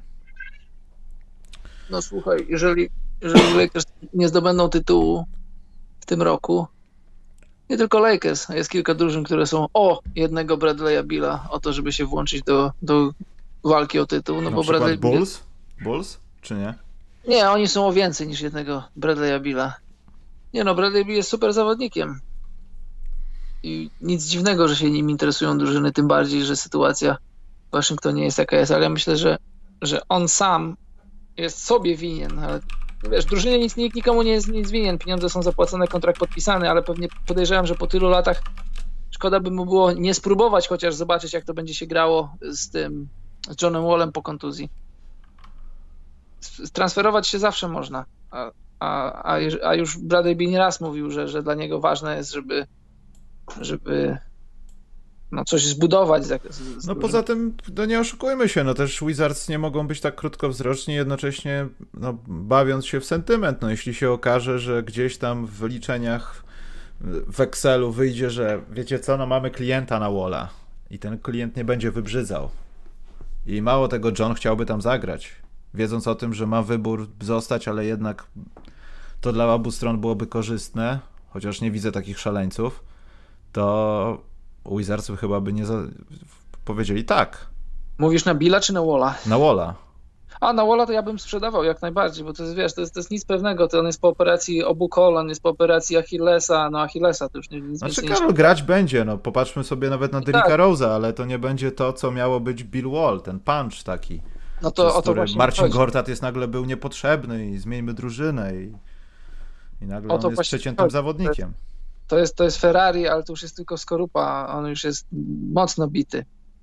No słuchaj, jeżeli Lakers nie zdobędą tytułu w tym roku, nie tylko Lakers, jest kilka drużyn, które są o jednego Bradley'a Billa, o to, żeby się włączyć do walki o tytuł. No Na bo przykład Bradley Bulls? Bulls? Czy nie? Nie, oni są o więcej niż jednego Bradley'a Billa. Nie no, Bradley Beal jest super zawodnikiem. I nic dziwnego, że się nim interesują drużyny, tym bardziej, że sytuacja w Waszyngtonie jest jaka jest, ale ja myślę, że on sam jest sobie winien, ale wiesz, drużynie nikt nikomu nie jest nic winien, pieniądze są zapłacone, kontrakt podpisany, ale pewnie podejrzewam, że po tylu latach szkoda by mu było nie spróbować chociaż zobaczyć, jak to będzie się grało z Johnem Wallem po kontuzji. Transferować się zawsze można, a już Bradley Beal nieraz mówił, że dla niego ważne jest, żeby no coś zbudować. No poza tym, no nie oszukujmy się, no też Wizards nie mogą być tak krótkowzroczni, jednocześnie no, bawiąc się w sentyment. No jeśli się okaże, że gdzieś tam w liczeniach w Excelu wyjdzie, że wiecie co, no mamy klienta na Walla i ten klient nie będzie wybrzydzał. I mało tego, John chciałby tam zagrać, wiedząc o tym, że ma wybór zostać, ale jednak to dla obu stron byłoby korzystne, chociaż nie widzę takich szaleńców, to Wizards chyba by nie powiedzieli tak. Mówisz na Billa czy na Walla? Na Walla. A na Walla to ja bym sprzedawał jak najbardziej, bo to jest, wiesz, to jest nic pewnego, to on jest po operacji obu kolan, jest po operacji Achillesa, no Achillesa to już nic znaczy więcej Karol, grać będzie, no popatrzmy sobie nawet na Derricka tak. Rose'a, ale to nie będzie to, co miało być Bill Wall, ten punch taki. No to o to właśnie Marcin chodzi. Gortat jest nagle był niepotrzebny i zmieńmy drużynę i nagle on jest przeciętnym zawodnikiem. To jest Ferrari, ale to już jest tylko skorupa, on już jest mocno bity.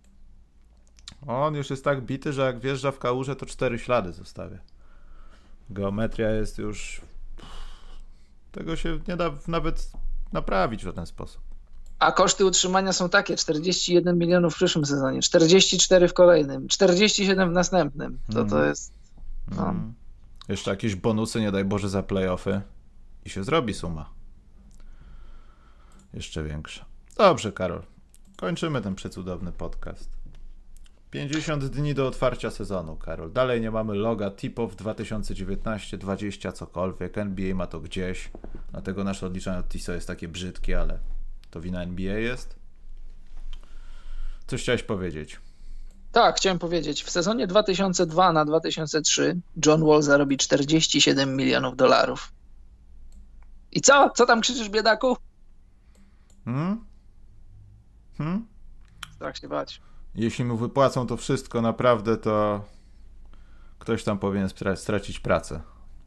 On już jest tak bity, że jak wjeżdża w kałużę, to 4 ślady zostawia. Geometria jest już... Tego się nie da nawet naprawić w żaden sposób. A koszty utrzymania są takie, 41 milionów w przyszłym sezonie, 44 w kolejnym, 47 w następnym. To jest... No. Jeszcze jakieś bonusy, nie daj Boże, za play-offy i się zrobi suma. Jeszcze większa. Dobrze, Karol. Kończymy ten przecudowny podcast. 50 dni do otwarcia sezonu, Karol. Dalej nie mamy loga tip-off 2019, 20, cokolwiek. NBA ma to gdzieś. Dlatego nasze odliczanie od TISO jest takie brzydkie, ale to wina NBA jest. Coś chciałeś powiedzieć? Tak, chciałem powiedzieć. W sezonie 2002 na 2003 John Wall zarobi 47 milionów dolarów. I co? Co tam krzyczysz, biedaku? Strach się bać. Jeśli mu wypłacą to wszystko naprawdę, to ktoś tam powinien stracić pracę.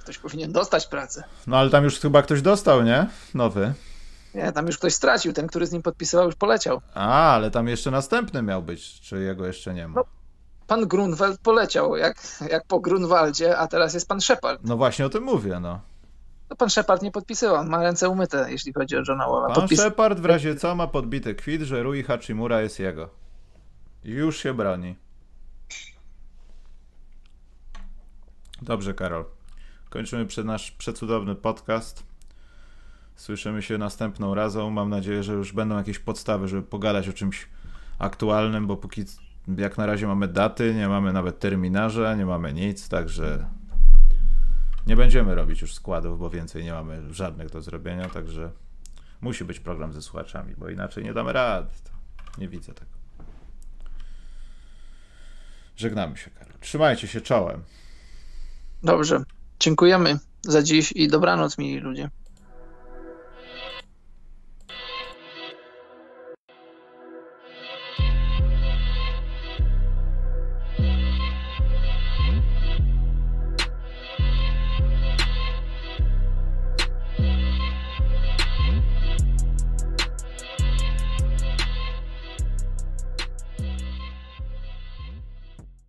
Ktoś powinien dostać pracę. No ale tam już chyba ktoś dostał, nie? Nowy. Nie, tam już ktoś stracił. Ten, który z nim podpisywał, już poleciał. A, ale tam jeszcze następny miał być, czy jego jeszcze nie ma? No, pan Grunwald poleciał, jak po Grunwaldzie, a teraz jest pan Shepard. No właśnie o tym mówię, no. No pan Shepard nie podpisywał, on ma ręce umyte, jeśli chodzi o Johna Walla. Pan Shepard w razie co ma podbity kwit, że Rui Hachimura jest jego. I już się broni. Dobrze, Karol. Kończymy nasz przecudowny podcast. Słyszymy się następną razą. Mam nadzieję, że już będą jakieś podstawy, żeby pogadać o czymś aktualnym, bo póki jak na razie mamy daty, nie mamy nawet terminarza, nie mamy nic, także nie będziemy robić już składów, bo więcej nie mamy żadnych do zrobienia, także musi być program ze słuchaczami, bo inaczej nie damy rady. Nie widzę tego. Żegnamy się, Karol. Trzymajcie się czołem. Dobrze. Dziękujemy za dziś i dobranoc, mili ludzie.